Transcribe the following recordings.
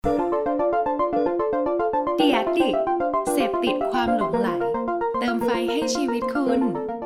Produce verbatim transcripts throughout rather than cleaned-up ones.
The Addict เสพติดความหลงใหลเติมไฟให้ชีวิตคุณ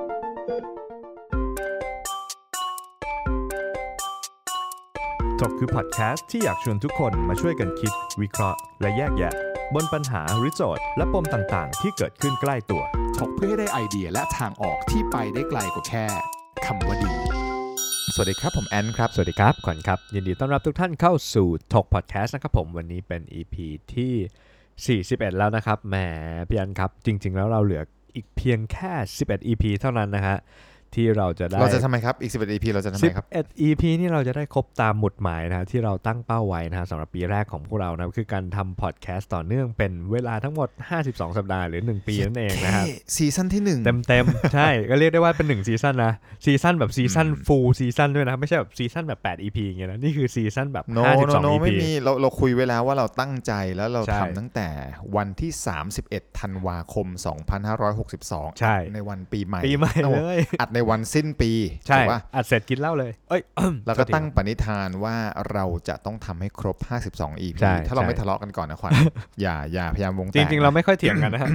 ถกคือพอดแคสต์ที่อยากชวนทุกคนมาช่วยกันคิดวิเคราะห์และแยกแยะบนปัญหาหรือโจทย์และปมต่างๆที่เกิดขึ้นใกล้ตัวถกเพื่อให้ได้ไอเดียและทางออกที่ไปได้ไกลกว่าแค่คำว่าดีสวัสดีครับผมแอนครับสวัสดีครับขวัญครับยินดีต้อนรับทุกท่านเข้าสู่ถกพอดแคสต์นะครับผมวันนี้เป็น อี พี ที่สี่สิบเอ็ดแล้วนะครับแหมพี่อันครับจริงๆแล้วเราเหลืออีกเพียงแค่สิบเอ็ด อี พี เท่านั้นนะฮะที่เราจะได้เราจะทำไมครับอีกสิบเอ็ด อี พี เราจะทำไมครับสิบเอ็ด อี พี นี่เราจะได้ครบตามหมุดหมายนะที่เราตั้งเป้าไว้นะฮะสำหรับปีแรกของพวกเรานะคือการทำพอดแคสต์ต่อเนื่องเป็นเวลาทั้งหมดห้าสิบสองสัปดาห์หรือหนึ่งปีนั่นเองนะครับซีซั่นที่หนึ่งเต็มๆใช่ก็เรียกได้ว่าเป็นหนึ่งซีซั่นนะซีซั่นแบบซีซั่นฟูลซีซั่นด้วยนะไม่ใช่แบบซีซั่นแบบแปด อี พี อย่างเงี้ยนะนี่คือซีซั่นแบบห้าสิบสอง no, no, อี พีไม่มีเราเราคุยไว้แล้วว่าเราตั้งใจแล้วเราทำตั้งแต่วันที่สามสิบเอ็ดธันวาคมสองพันห้าร้อยหกสิบสองใช่ในวันปีใหม่ปีใหม่เลยอัดในวันสิ้นปีใช่อัดเสร็จกินเหล้าเลยเอ้ยแล้วก็ตั้งปณิธานว่าเราจะต้องทำให้ครบห้าสิบสอง อี พี ถ้าเราไม่ทะเลาะกันก่อนนะขวัญอย่าอย่าพยายามวงแตกจริงๆเราไม่ค่อยเถียงกันนะฮะ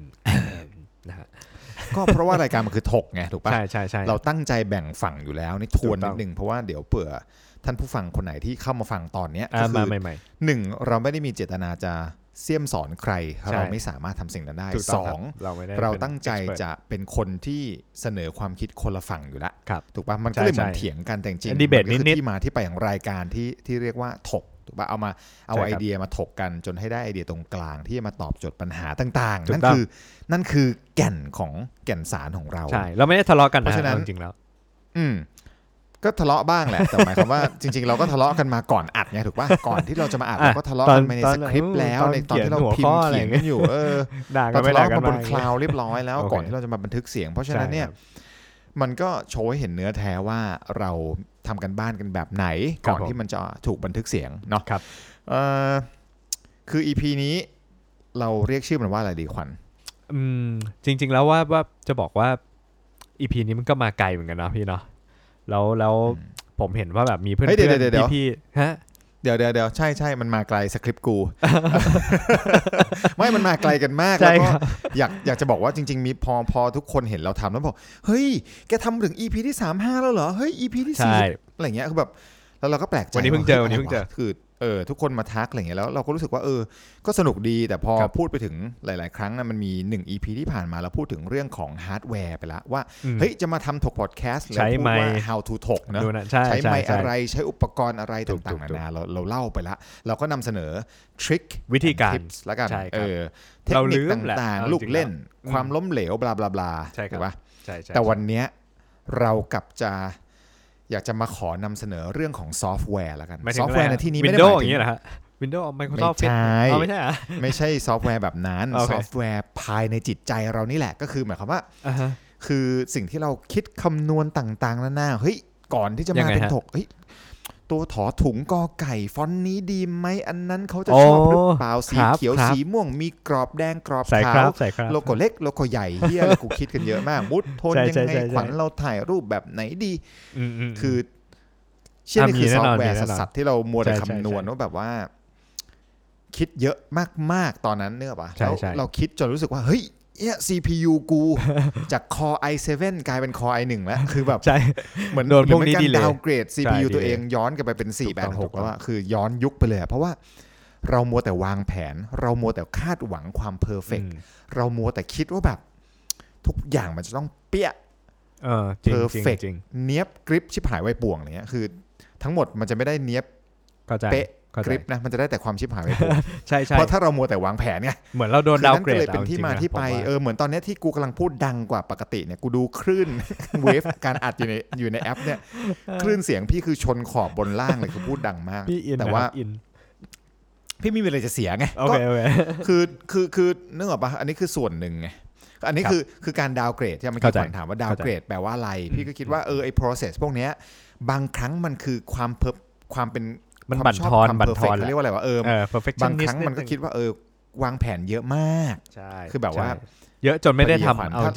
ก็เพราะว่ารายการมันคือถกไงถูกป่ะใช่ใช่ใช่เราตั้งใจแบ่งฝั่งอยู่แล้วนี่ทวนนิดนึงเพราะว่าเดี๋ยวเผื่อท่านผู้ฟังคนไหนที่เข้ามาฟังตอนนี้ก็คือหนึ่งเราไม่ได้มีเจตนาจะเสี่ยมสอนใครเราไม่สามารถทำสิ่งนั้นได้สองเราเราตั้งใจจะเป็นคนที่เสนอความคิดคนละฝั่งอยู่แล้วถูกป่ะมันก็เลยเหมือนเถียงกันแต่จริงๆมันก็คือที่มาที่ไปของรายการที่ที่เรียกว่าถกถูกป่ะเอามาเอาไอเดียมาถกกันจนให้ได้ไอเดียตรงกลางที่จะมาตอบโจทย์ปัญหาต่างๆนั่นคือนั่นคือแก่นของแก่นสารของเราใช่เราไม่ได้ทะเลาะกันนะจริงๆแล้วอืมก็ทะเลาะบ้างแหละแต่หมายความว่าจริงๆเราก็ทะเลาะกันมาก่อนอัดไงถูกป่ะก่อนที่เราจะมาอัดเราก็ทะเลาะกันในสคริปต์แล้วในตอนที่เราพิมพ์เขียนกันอยู่เออเราทะเลาะกันบนคลาวด์เรียบร้อยแล้วก่อนที่เราจะมาบันทึกเสียงเพราะฉะนั้นเนี่ยมันก็โชว์ให้เห็นเนื้อแท้ว่าเราทำกันบ้านกันแบบไหนก่อนที่มันจะถูกบันทึกเสียงเนาะเอ่อคือ อี พี นี้เราเรียกชื่อมันว่าอะไรดีขวัญอืมจริงๆแล้วว่าว่าจะบอกว่า อี พี นี้มันก็มาไกลเหมือนกันนะพี่เนาะแล้วแล้วผมเห็นว่าแบบมีเพื่อนๆพี่ๆฮะเดี๋ยวเดี๋ยวเดี๋ยวใช่ใช่มันมาไกลสคริปต์กู ไม่มันมาไกลกันมากแล้วก็อยากอยากจะบอกว่าจริงๆมีพอพอทุกคนเห็นเราทำแล้วบอกเฮ้ยแกทำถึง อี พี ที่สามสิบห้าแล้วเหรอเฮ้ย อี พี ที่สี่สิบอะไรเงี้ยคือแบบแล้วเราก็แปลกใจวันนี้เพิ่งเจอวันนี้เพิ่งเจอคือเออทุกคนมาทักอะไรเงี้ยแล้วเราก็รู้สึกว่าเออก็สนุกดีแต่พอพูดไปถึงหลายๆครั้งนะมันมีหนึ่ง อี พี ที่ผ่านมาเราพูดถึงเรื่องของฮาร์ดแวร์ไปแล้วว่าเฮ้ยจะมาทำถกพอดแคสต์แล้วพูดว่า how to ถกนะใช้ไมค์อะไรใช้อุปกรณ์อะไรต่างๆนานาเราเราเล่าไปแล้วเราก็นำเสนอทริควิธีการแล้วกันเออเทคนิคต่างๆลูกเล่นความล้มเหลวบลาบลาบลาถูกป่ะแต่วันนี้เรากับจะอยากจะมาขอนำเสนอเรื่องของซอฟต์แวร์แล้วกันซอฟต์แวร์ในที่นี้ไม่ได้หมายถึง Windows Microsoft ไม่ใช่ไม่ใช่ไม่ใช่ซอฟต์แวร์แบบนั้นซอฟต์แวร์ภายในจิตใจเรานี่แหละก็คือหมายความว่าคือสิ่งที่เราคิดคำนวณต่างๆนานาเฮ้ยก่อนที่จะมาเป็นถกเฮ้ยตัวถอถุงกอไก่ฟอนต์นี้ดีไหมอันนั้นเขาจะชอบหรือเปล่าสีเขียวสีม่วงมีกรอบแดงกรอบขาวโลโก้เล็กโลโก้ใหญ่เฮียกูคิดกันเยอะมากมุดโทนยังไงขวัญเราถ่ายรูปแบบไหนดีคือเชื่อนี่คือซอฟต์แวร์สัตว์ที่เรามัวแต่คำนวณว่าแบบว่าคิดเยอะมากๆตอนนั้นเนอะป่ะแล้วเราคิดจนรู้สึกว่าเฮ้ยเนี่ย ซี พี ยู กูจาก Core ไอ เซเว่น กลายเป็น Core ไอ วัน แล้วคือแบบเหมือนโดนพวกนี้ดีเลยดาวเกรด ซี พี ยู ตัวเองย้อนกลับไปเป็นสี่แปดหกแล้วอะคือย้อนยุคไปเลยเพราะว่าเรามัวแต่วางแผนเรามัวแต่คาดหวังความเพอร์เฟคเรามัวแต่คิดว่าแบบทุกอย่างมันจะต้องเปี้ยเออเพอร์เฟคเนียบกริปชิบหายไวป่วงอะไรเงี้ยคือทั้งหมดมันจะไม่ได้เนียบเป๊ะกริปนะมันจะได้แต่ความชิบหายไปใช่ๆเพราะถ้าเรามัวแต่วางแผนไงเหมือนเราโดนดาวเกรดเลยเป็นที่มาที่ไปเออเหมือนตอนนี้ที่กูกำลังพูดดังกว่าปกติเนี่ยกูดูคลื่นเวฟการอัดอยู่ในอยู่ในแอปเนี่ยคลื่นเสียงพี่คือชนขอบบนล่างเลยคือพูดดังมากแต่ว่าพี่ไม่มีอะไรจะเสียไงโอเคคือคือคือนึกออกป่ะอันนี้คือส่วนหนึ่งไงอันนี้คือคือการดาวเกรดที่มันคือถามว่าดาวเกรดแปลว่าอะไรพี่ก็คิดว่าเออไอ้ process พวกเนี้ยบางครั้งมันคือความเพิ่มความเป็นมันบั่นทอนบั่นทอนเรียกว่าอะไรวะเออบางครั้งมันก็คิดว่าเออวางแผนเยอะมากใช่คือแบบว่าเยอะจนไม่ได้ทำเอาจริง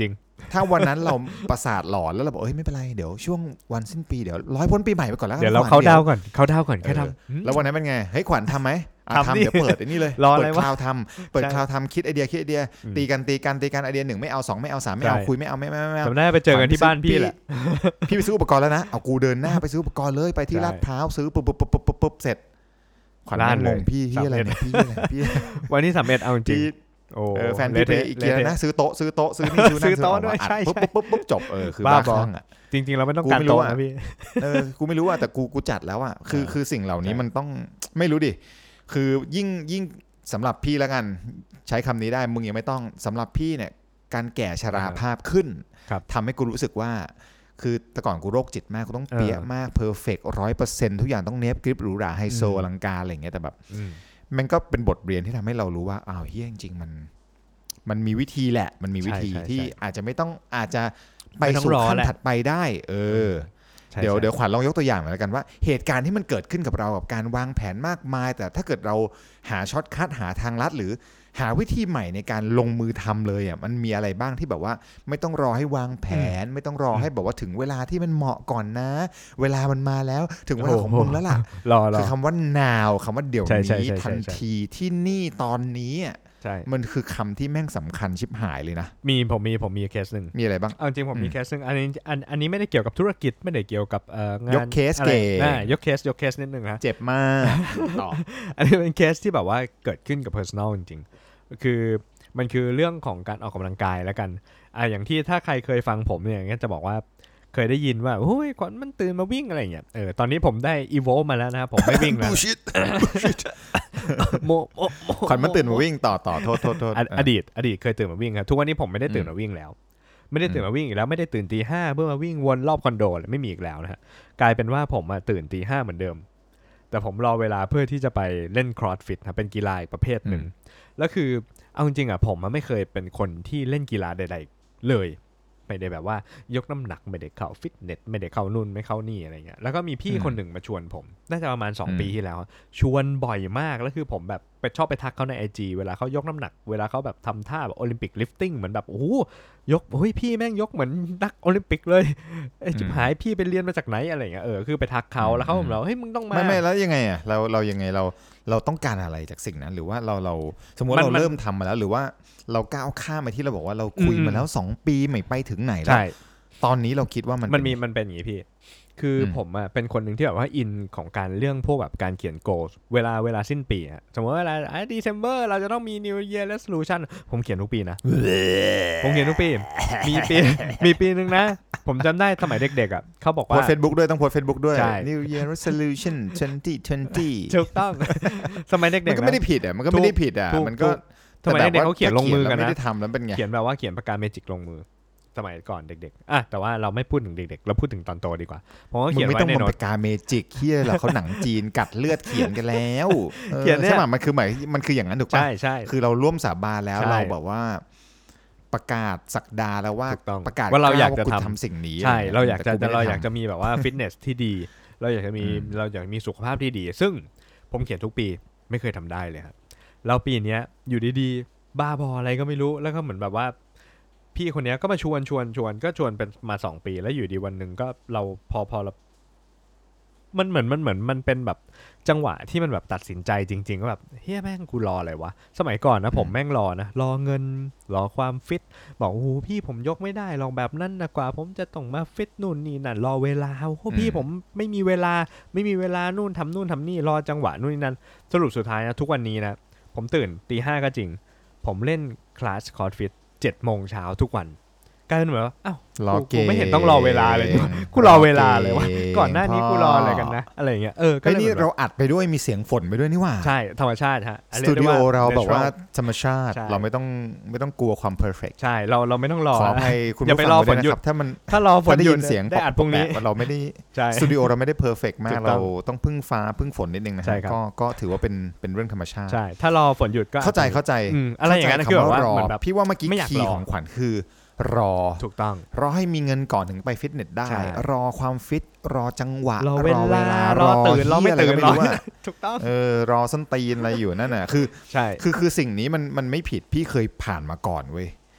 ถ้าวันนั้นเราประสาทหลอนแล้วเราบอกเอ้ยไม่เป็นไรเดี๋ยวช่วงวันสิ้นปีเดี๋ยวร้อยพ้นปีใหม่ไปก่อนแล้วเดี๋ยวเราเข้าดาวก่อนเข้าดาวก่อนแค่ทำแล้ววันนั้นเป็นไงเฮ้ยขวัญทำไหมทำเดี๋ยวเปิดไอ้นี่เลยเปิดคลาวทำเปิดคลาวทำคิดไอเดียคิดไอเดียตีกันตีกันตีกันไอเดียหนึ่งไม่เอาสองไม่เอาสามไม่เอาคุยไม่เอาไม่ไม่ไม่เอาจำได้ไปเจอกันที่บ้านพี่แหละพี่ไปซื้ออุปกรณ์แล้วนะเอากูเดินหน้าไปซื้ออุปกรณ์เลยไปที่ลาดพร้าวซื้อปุ๊บปุ๊บปุ๊บปุ๊บปุ๊บเสร็จขวัญงงพี่ที่อะไรเนี่ยพี่อะไรพี่วันที่สามเอ็ดเอาจริงโอ้แฟนพี่ไปอีกเกียร์นะซื้อโต๊ะซื้อโต๊ะซื้อนี่ซื้อนั่นซื้อโต๊ะด้วยใช่ปุ๊บปุ๊บปุ๊บปุ๊บจบเออคือบ้าคลั่งอ่ะจริงๆเราไม่ต้องการโต๊ะนะพี่เออกูไม่รู้อ่ะแต่กูกูจัดแล้วอ่ะคือคือสิ่งเหล่านี้มันต้องไม่รู้ดิคือยิ่งยิ่งสำหรับพี่แล้วกันใช้คำนี้ได้มึงยังไม่ต้องสำหรับพี่เนี่ยการแก่ชราภาพขึ้นทำให้กูรู้สึกว่าคือแต่ก่อนกูโรคจิตมากกูต้องเปี้ยมากเพอร์เฟกต์ร้อยเปอร์เซ็นต์ทุกอย่างต้องเนฟกริปหรูหราไฮโซอลังการอะไรอย่างเงี้ยแต่แบบมันก็เป็นบทเรียนที่ทำให้เรารู้ว่าอ้าวเฮียจริงๆมันมันมีวิธีแหละมันมีวิธีที่อาจจะไม่ต้องอาจจะไปสู่ขั้นถัดไปได้เออเดี๋ยวเดี๋ยวขวัญลองยกตัวอย่างหน่อยแล้วกันว่าเหตุการณ์ที่มันเกิดขึ้นกับเรากับการวางแผนมากมายแต่ถ้าเกิดเราหาช็อตคัทหาทางลัดหรือหาวิธีใหม่ในการลงมือทำเลยอ่ะมันมีอะไรบ้างที่แบบว่าไม่ต้องรอให้วางแผนไม่ต้องรอให้บอกว่าถึงเวลาที่มันเหมาะก่อนนะเวลามันมาแล้วถึงเวลาของมึงแล้วล่ะคือคำว่า now คำว่าเดี๋ยวนี้ทันทีที่นี่ตอนนี้มันคือคำที่แม่งสำคัญชิบหายเลยนะมีผมมีผมมีเคสหนึ่งมีอะไรบ้างเอาจริงผมมีเคสหนึ่งอันนี้อันอันนี้ไม่ได้เกี่ยวกับธุรกิจไม่ได้เกี่ยวกับงานยกเคสเก๋ยกเคสยกเคสนิดนึงนะเจ็บมากต่ออันนี้เป็นเคสที่แบบว่าเกิดขึ้นกับ personal จริงๆคือมันคือเรื่องของการออกกำลังกายแล้วกันอ่ะอย่างที่ถ้าใครเคยฟังผมเนี่ยจะบอกว่าเคยได้ยินว่าโอ้ยขวัญมันตื่นมาวิ่งอะไรอย่างเงี้ยเออตอนนี้ผมได้ evolve มาแล้วนะครับผมไม่วิ่งแล้วโมขวัญมันตื่นมาวิ่งต่อต่อโทษโทษโทษอดีตอดีตเคยตื่นมาวิ่งครับทุกวันนี้ผมไม่ได้ตื่นมาวิ่งแล้วไม่ได้ตื่นมาวิ่งอีกแล้วไม่ได้ตื่นตีห้าเพื่อมาวิ่งวนรอบคอนโดเลยไม่มีอีกแล้วนะฮะกลายเป็นว่าผมมาตื่นตีห้าเหมือนเดิมแต่ผมรอเวลาเพื่อที่จะไปเล่น CrossFit นะเป็นกีฬาอีกประเภทหนึ่งแล้วคือเอาจริงๆอ่ะผมไม่เคยเป็นคนที่เล่นกีฬาใดๆเลยไม่ได้แบบว่ายกน้ำหนักไม่ได้เข้าฟิตเนสไม่ได้เข้านู่นไม่เข้านี่อะไรเงี้ยแล้วก็มีพี่คนหนึ่งมาชวนผมน่าจะประมาณสองปีที่แล้วชวนบ่อยมากแล้วคือผมแบบไปชอบไปทักเขาใน ไอ จี เวลาเขายกน้ำหนักเวลาเขาแบบทำท่าแบบโอลิมปิกลิฟติ้งเหมือนแบบโอ้โหยกเฮ้ยพี่แม่งยกเหมือนนักโอลิมปิกเลยไอ้จิ๋วหายพี่ไปเรียนมาจากไหนอะไรเงี้ยเออคือไปทักเขาแล้วเขาบอกเราเฮ้ยมึงต้องมาไม่ไม่แล้วยังไงอ่ะเราเรายังไงเราเราต้องการอะไรจากสิ่งนั้นหรือว่าเราเราสมมติเราเริ่มทำมาแล้วหรือว่าเราก้าวข้ามไปที่เราบอกว่าเราคุยมาแล้วสองปีไม่ไปถึงไหนแล้วตอนนี้เราคิดว่ามันมันมีมันเป็นอย่างนี้พี่คือผมอ่ะเป็นคนหนึ่งที่แบบว่าอินของการเรื่องพวกแบบการเขียน goal เวลาเวลาสิ้นปีอ่ะสมมติว่าเวลาอ่ะ December เราจะต้องมี New Year Resolution ผมเขียนทุกปีนะผมเขียนทุกปีมีปีมีปีนึงนะผมจำได้สมัยเด็กๆอ่ะเขาบอกว่าโพส Facebook ด้วยต้องโพส Facebook ด้วย New Year Resolution ยี่สิบยี่สิบถูกต้องสมัยเด็กๆมันก็ไม่ได้ผิดอ่ะมันก็ไม่ได้ผิดอ่ะมันก็สมัยเด็กๆเขาเขียนลงมือกันนะไม่ได้ทำแล้วเป็นไงเขียนแบบว่าเขียนปากกาเมจิกลงมือสมัยก่อนเด็กๆอ่ะแต่ว่าเราไม่พูดถึงเด็กๆเราพูดถึงตอนโตดีกว่าเพราะว่าเขียนไว้ในโน้ตมึงไม่ต้องปากกาเมจิกเหี้ยล่ะเขาหนังจีนกัดเลือดเขียนกันแล้วเขียนใช่มั้ยมันคือหมายมันคืออย่างนั้นถูกป่ะใช่ๆคือเราร่วมสาบานแล้วเราแบบว่าประกาศศักดาแล้วว่าประกาศว่าเราอยากจะทำสิ่งนี้ใช่เราอยากจะเราอยากจะมีแบบว่าฟิตเนสที่ดีเราอยากจะมีเราอยากมีสุขภาพที่ดีซึ่งผมเขียนทุกปีไม่เคยทำได้เลยครับแล้วปีนี้อยู่ดีๆบ้าบออะไรก็ไม่รู้แล้วก็เหมือนแบบว่าพี่คนนี้ก็มาชวนชวนชวนก็ชวนเป็นมาสองปีแล้วอยู่ดีวันหนึ่งก็เราพอพอเรามันเหมือนมันเหมือนมันเป็นแบบจังหวะที่มันแบบตัดสินใจจริงๆก็แบบเฮ้ยแม่งกูรออะไรวะสมัยก่อนนะผมแม่งรอนะรอเงินรอความฟิตบอกโอ้โหพี่ผมยกไม่ได้ลองแบบนั้นนะกว่าผมจะต้องมาฟิตนู่นนี่นั่นรอเวลาโอ้พี่ผมไม่มีเวลาไม่มีเวลานู่นทำนู่นทำนี่รอจังหวะนู่นนี่นั่นสรุปสุดท้ายนะทุกวันนี้นะผมตื่นตีห้าก็จริงผมเล่นคลาสคอร์สฟิตเจ็ดโมงเช้าทุกวันกลายเป็นเหมือนว่าอ้าวกูไม่เห็นต้องรอเวลาเลยกูรอเวลาเลยวะก่อนหน้านี้กูรออะไรกันนะอะไรอย่างเงี้ยเออก็นี่เราอัดไปด้วยมีเสียงฝนไปด้วยนี่ว่าใช่ธรรมชาติฮะสตูดิโอเราแบบว่าธรรมชาติเราไม่ต้องไม่ต้องกลัวความเพอร์เฟคใช่เราเราไม่ต้องรอขอให้คุณผู้ฟังด้วยนะครับถ้ามันถ้ารอฝนได้ยินเสียงได้อัดพรุ่งนี้เราไม่ได้สตูดิโอเราไม่ได้เพอร์เฟคมากเราต้องพึ่งฟ้าพึ่งฝนนิดนึงนะก็ก็ถือว่าเป็นเป็นเรื่องธรรมชาติใช่ถ้ารอฝนหยุดก็เข้าใจเข้าใจอะไรอย่างนั้นคือแบบว่าพี่ว่าเมื่อกี้คีย์ของขวัญคือรอถูกต้องรอให้มีเงินก่อนถึงไปฟิตเนสได้รอความฟิตรอจังหวะรอเวลารอตื่นรอไม่ตื่นรอถูกต้องเออรอส้นตีนอะไรอยู่นั่นน่ะคือใช่คือคือสิ่งนี้มันมันไม่ผิดพี่เคยผ่านมาก่อนเว้ย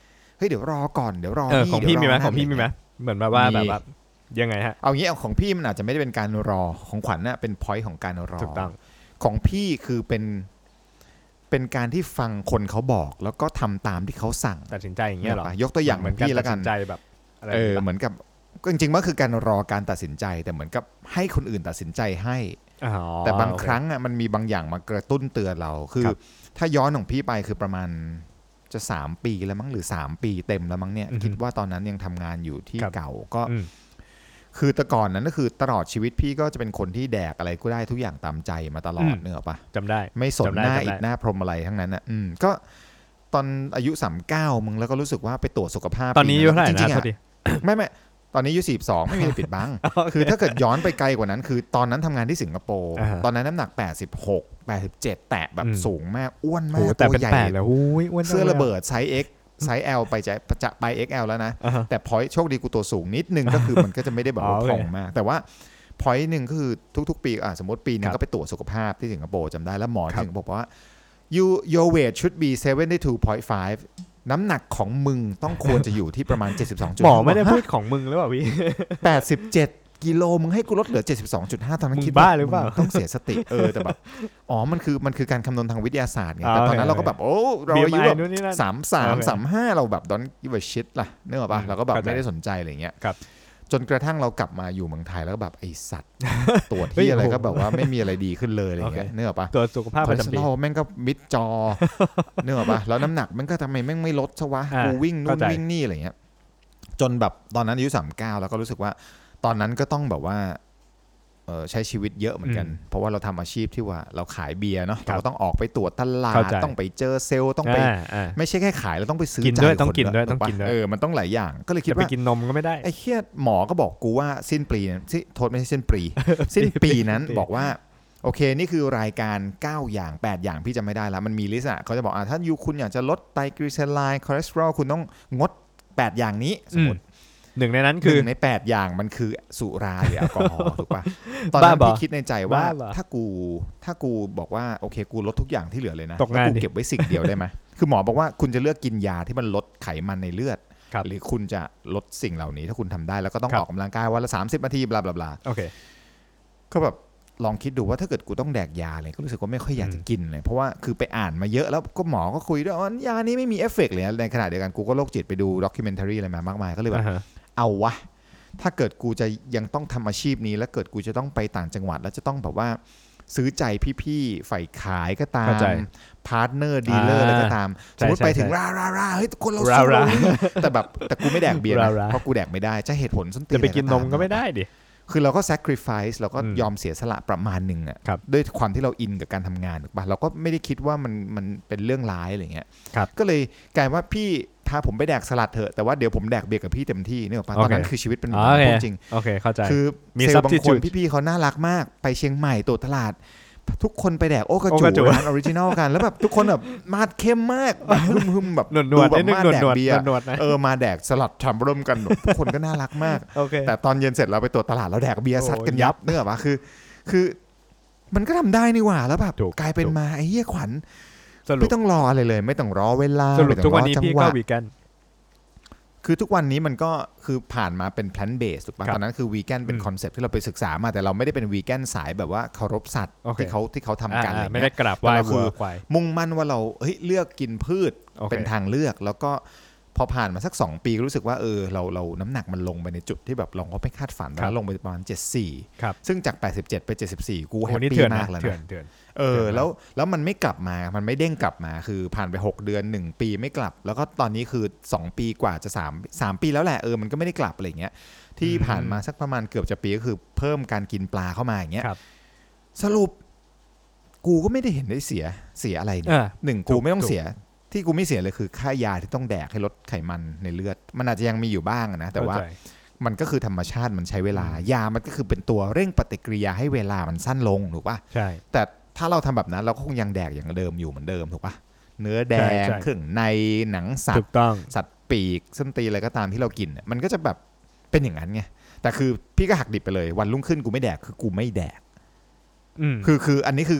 ฮ้ยเดี๋ยวรอก่อนเดี๋ยวรอเออของพี่มีไหมเดี๋ยวรของพี่มีไหมเหมือนแบบว่าแบบว่ายังไงฮะเอางี้เอาของพี่มันอาจจะไม่ได้เป็นการรอของขวัญน่ะเป็น point ของการรอถูกต้องของพี่คือเป็นเป็นการที่ฟังคนเขาบอกแล้วก็ทำตามที่เขาสั่งตัดสินใจอย่างเงี้ยหรอยกตัวอย่างเหมือนพี่แล้วกันตัดสินใจแบบเออเหมือนกับก็จริงๆมันคือการรอการตัดสินใจแต่เหมือนกับให้คนอื่นตัดสินใจให้แต่บางครั้งอ่ะมันมีบางอย่างมากระตุ้นเตือนเราคือถ้าย้อนของพี่ไปคือประมาณจะสามปีแล้วมั้งหรือสามปีเต็มแล้วมั้งเนี่ยคิดว่าตอนนั้นยังทำงานอยู่ที่เก่าก็คือแต่ก่อนนั้นก็คือตลอดชีวิตพี่ก็จะเป็นคนที่แดกอะไรก็ได้ทุกอย่างตามใจมาตลอดเนอะปะจำได้ไม่สนหน้าอิฐหน้าพรหมอะไรทั้งนั้นอ่ะอืมก็ตอนอายุสามสิบเก้ามึงแล้วก็รู้สึกว่าไปตรวจสุขภาพตอนนี้อายุเท่าไหร่นะพอดีไม่ไม่ตอนนี้อายุสี่สิบสองไม่มีปิดบัง คือถ้าเกิดย้อนไปไกลกว่านั้นคือตอนนั้นทำงานที่สิงคโปร์ตอนนั้นน้ำหนักแปดสิบหก แปดสิบเจ็ดแตะแบบสูงมากอ้วนมากตัวใหญ่เสื้อระเบิดไซส์ X ไซส์ L ไปจะจะไป เอ็กซ์ แอล แล้วนะแต่พอยต์โชคดีกูตัวสูงนิดนึงก็คือมันก็จะไม่ได้แบบว่าพองมากแต่ว่าพอยต์นึงก็คือทุกๆปีอ่ะสมมติปีนึงก็ไปตรวจสุขภาพที่สิงคโปร์จำได้แล้วหมอที่สิงคโปร์บอกว่า you your weight should be seventy-two point fiveน้ำหนักของมึงต้องควรจะอยู่ที่ประมาณ เจ็ดสิบสองจุดห้าหมอไม่ได้พูดของมึงหรือเปล่าพี่แปดสิบเจ็ดกิโลมึงให้กูลดเหลือ เจ็ดสิบสองจุดห้า ตอนนั้นคิดบ้าหรือเปล่าต้องเสียสติเออแต่แบบอ๋อมันคือมันคือการคำนวณทางวิทยาศาสตร์ไงแต่ตอนนั้นเราก็แบบโอ้เราอายุแบบสามสิบสาม สามสิบห้าเราแบบ don't give a shit ล่ะนึกออกป่ะเราก็แบบไม่ได้สนใจอะไรเงี้ยจนกระทั่งเรากลับมาอยู่เมืองไทยแล้วก็แบบไอสัตว์ตรวจที่อะไรก็แบบว่าไม่มีอะไรดีขึ้นเลยอะไรเงี้ยนึกออกป่ะตรวจสุขภาพประจำปีเราแม่งก็มิดจอนึกออกป่ะแล้วน้ำหนักมันก็ทำไมแม่งไม่ลดซะวะกูวิ่งนู่นวิ่งนี่อะไรเงี้ยจนแบบตอนนั้นอายุสามสิบเก้าแล้วก็รู้สึกว่าตอนนั้นก็ต้องแบบว่าใช้ชีวิตเยอะเหมือนกันเพราะว่าเราทำอาชีพที่ว่าเราขายเบียร์เนาะเราต้องออกไปตรวจตลาดต้องไปเจอเซลล์ต้องไปไม่ใช่แค่ขายเราต้องไปซื้อจ่ายต้องกินด้วยต้องกินด้วยเออมันต้องหลายอย่างก็เลยคิดว่าไปกินนมก็ไม่ได้ไอ้เหี้ยหมอก็บอกกูว่าสิ้นปีโทษไม่ใช่สิ้นปีสิ้นปีนั้นบอกว่าโอเคนี่คือรายการเก้าอย่างแปดอย่างพี่จำไม่ได้แล้วมันมีลิสต์อ่ะเขาจะบอกอ่ะถ้ายูคุณอยากจะลดไตรกลีเซอไรด์คอเลสเตอรอลคุณต้องงดแปดอย่างนี้สมมติหนึ่งในนั้นคือหนึ่งในแปดอย่างมันคือสุราหรือแอลกอฮอล์ถูกป่ะตอนนั้นพี่คิดในใจว่าถ้ากูถ้ากูบอกว่าโอเคกูลดทุกอย่างที่เหลือเลยนะแล้วกูเก็บไว้สิ่งเดียวได้ไหมคือหมอบอกว่าคุณจะเลือกกินยาที่มันลดไขมันในเลือดหรือคุณจะลดสิ่งเหล่านี้ถ้าคุณทำได้แล้วก็ต้องออกกำลังกายวันละสามสิบนาทีบลาบลาบลาโอเคก็แบบลองคิดดูว่าถ้าเกิดกูต้องแดกยาเลยก็รู้สึกว่าไม่ค่อยอยากจะกินเลยเพราะว่าคือไปอ่านมาเยอะแล้วก็หมอก็คุยด้วยว่ายานี้ไม่มีเอฟเฟกต์เลยในขณะเดียวกันกูก็โรคจิตไปดูด็อกิเมนทารีอะไรมามากมายก็เลยแบบเอาวะถ้าเกิดกูจะยังต้องทำอาชีพนี้แล้วเกิดกูจะต้องไปต่างจังหวัดแล้วจะต้องแบบว่าซื้อใจพี่ๆฝ่ายขายก็ตามพาร์ทเนอร์ดีลเลอร์อะไรก็ตามสมมติไปถึงราราราเฮ้ยทุกคนเราสู้แต่แบบแต่กูไม่แดกเบียร์นะเพราะกูแดกไม่ได้จะเหตุผลส้นตีนจะไปกินนมก็ไม่ได้ดิคือเราก็ sacrifice เราก็ยอมเสียสละประมาณหนึ่งอ่ะด้วยความที่เราอินกับการทำงานถูกป่ะเราก็ไม่ได้คิดว่ามันมันเป็นเรื่องร้ายอะไรเงี้ยก็เลยกลายว่าพี่พาผมไปแดกสลัดเถอะแต่ว่าเดี๋ยวผมแดกเบียร์กับพี่เต็มที่นี่หรอป่ะตอนนั้นคือชีวิตเป็นแบบนั้นจริงโอเคเข้าใจคือเซลล์บางคนพี่ๆเขาน่ารักมากไปเชียงใหม่ตัวตลาดทุกคนไปแดกโอกระจูร้านออริจินอลกันแล้วแบบทุกคนแบบมาดเข้มมากหึมๆแบบดูแบบมาแดกเบียร์เออมาแดกสลัดทำร่วมกันทุกคนก็น่ารักมากแต่ตอนเย็นเสร็จเราไปตัวตลาดเราแดกเบียร์ซัดกันยับเนื้อป่ะคือคือมันก็ทำได้นี่หว่าแล้วแบบกลายเป็นมาไอ้เหี้ยขวัญไม่ต้องรออะไรเลยไม่ต้องรอเวลาสรุปทุกวันนี้พี่ก็วีแกนคือทุกวันนี้มันก็คือผ่านมาเป็นแพลนเบสถูกป่ะตอนนั้นคือวีแกนเป็นคอนเซ็ปต์ที่เราไปศึกษามาแต่เราไม่ได้เป็นวีแกนสายแบบว่าเคารพสัตว์ที่เขาที่เขาทำกันอะไรเงี้ยไม่ได้กราบไหว้วัวควายมุ่งมั่นว่าเราเฮ้ยเลือกกินพืชเป็นทางเลือกแล้วก็พอผ่านมาสักสองปีรู้สึกว่าเออเราเราน้ำหนักมันลงไปในจุดที่แบบเราก็ไม่คาดฝันแล้วลงไปประมาณเจ็ดสิบสี่ซึ่งจากแปดสิบเจ็ดไปเจ็ดสิบสี่กูแฮปปี้มากแล้วนะเออแล้วแล้วมันไม่กลับมามันไม่เด้งกลับมาคือผ่านไปหกเดือนหนึ่งปีไม่กลับแล้วก็ตอนนี้คือสองปีกว่าจะสาม สามปีแล้วแหละเออมันก็ไม่ได้กลับอะไรอย่างเงี้ยที่ผ่านมาสักประมาณเกือบจะปีก็คือเพิ่มการกินปลาเข้ามาอย่างเงี้ยสรุปกูก็ไม่ได้เห็นได้เสียเสียอะไรเนี่ยหนึ่งกูไม่ต้องเสียที่กูไม่เสียเลยคือค่ายาที่ต้องแดกให้ลดไขมันในเลือดมันอาจจะยังมีอยู่บ้างนะแต่ว่ามันก็คือธรรมชาติมันใช้เวลายามันก็คือเป็นตัวเร่งปฏิกิริยาให้เวลามันสั้นลงถูกป่ะใช่แต่ถ้าเราทำแบบนั้นเราก็คงยังแดกอย่างเดิมอยู่เหมือนเดิมถูกป่ะเนื้อแดงเครื่องในหนังสัตว์สัตว์ปีกส้นตีนอะไรก็ตามที่เรากินมันก็จะแบบเป็นอย่างนั้นไงแต่คือพี่ก็หักดิบไปเลยวันรุ่งขึ้นกูไม่แดกคือกูไม่แดกคือคืออันนี้คือ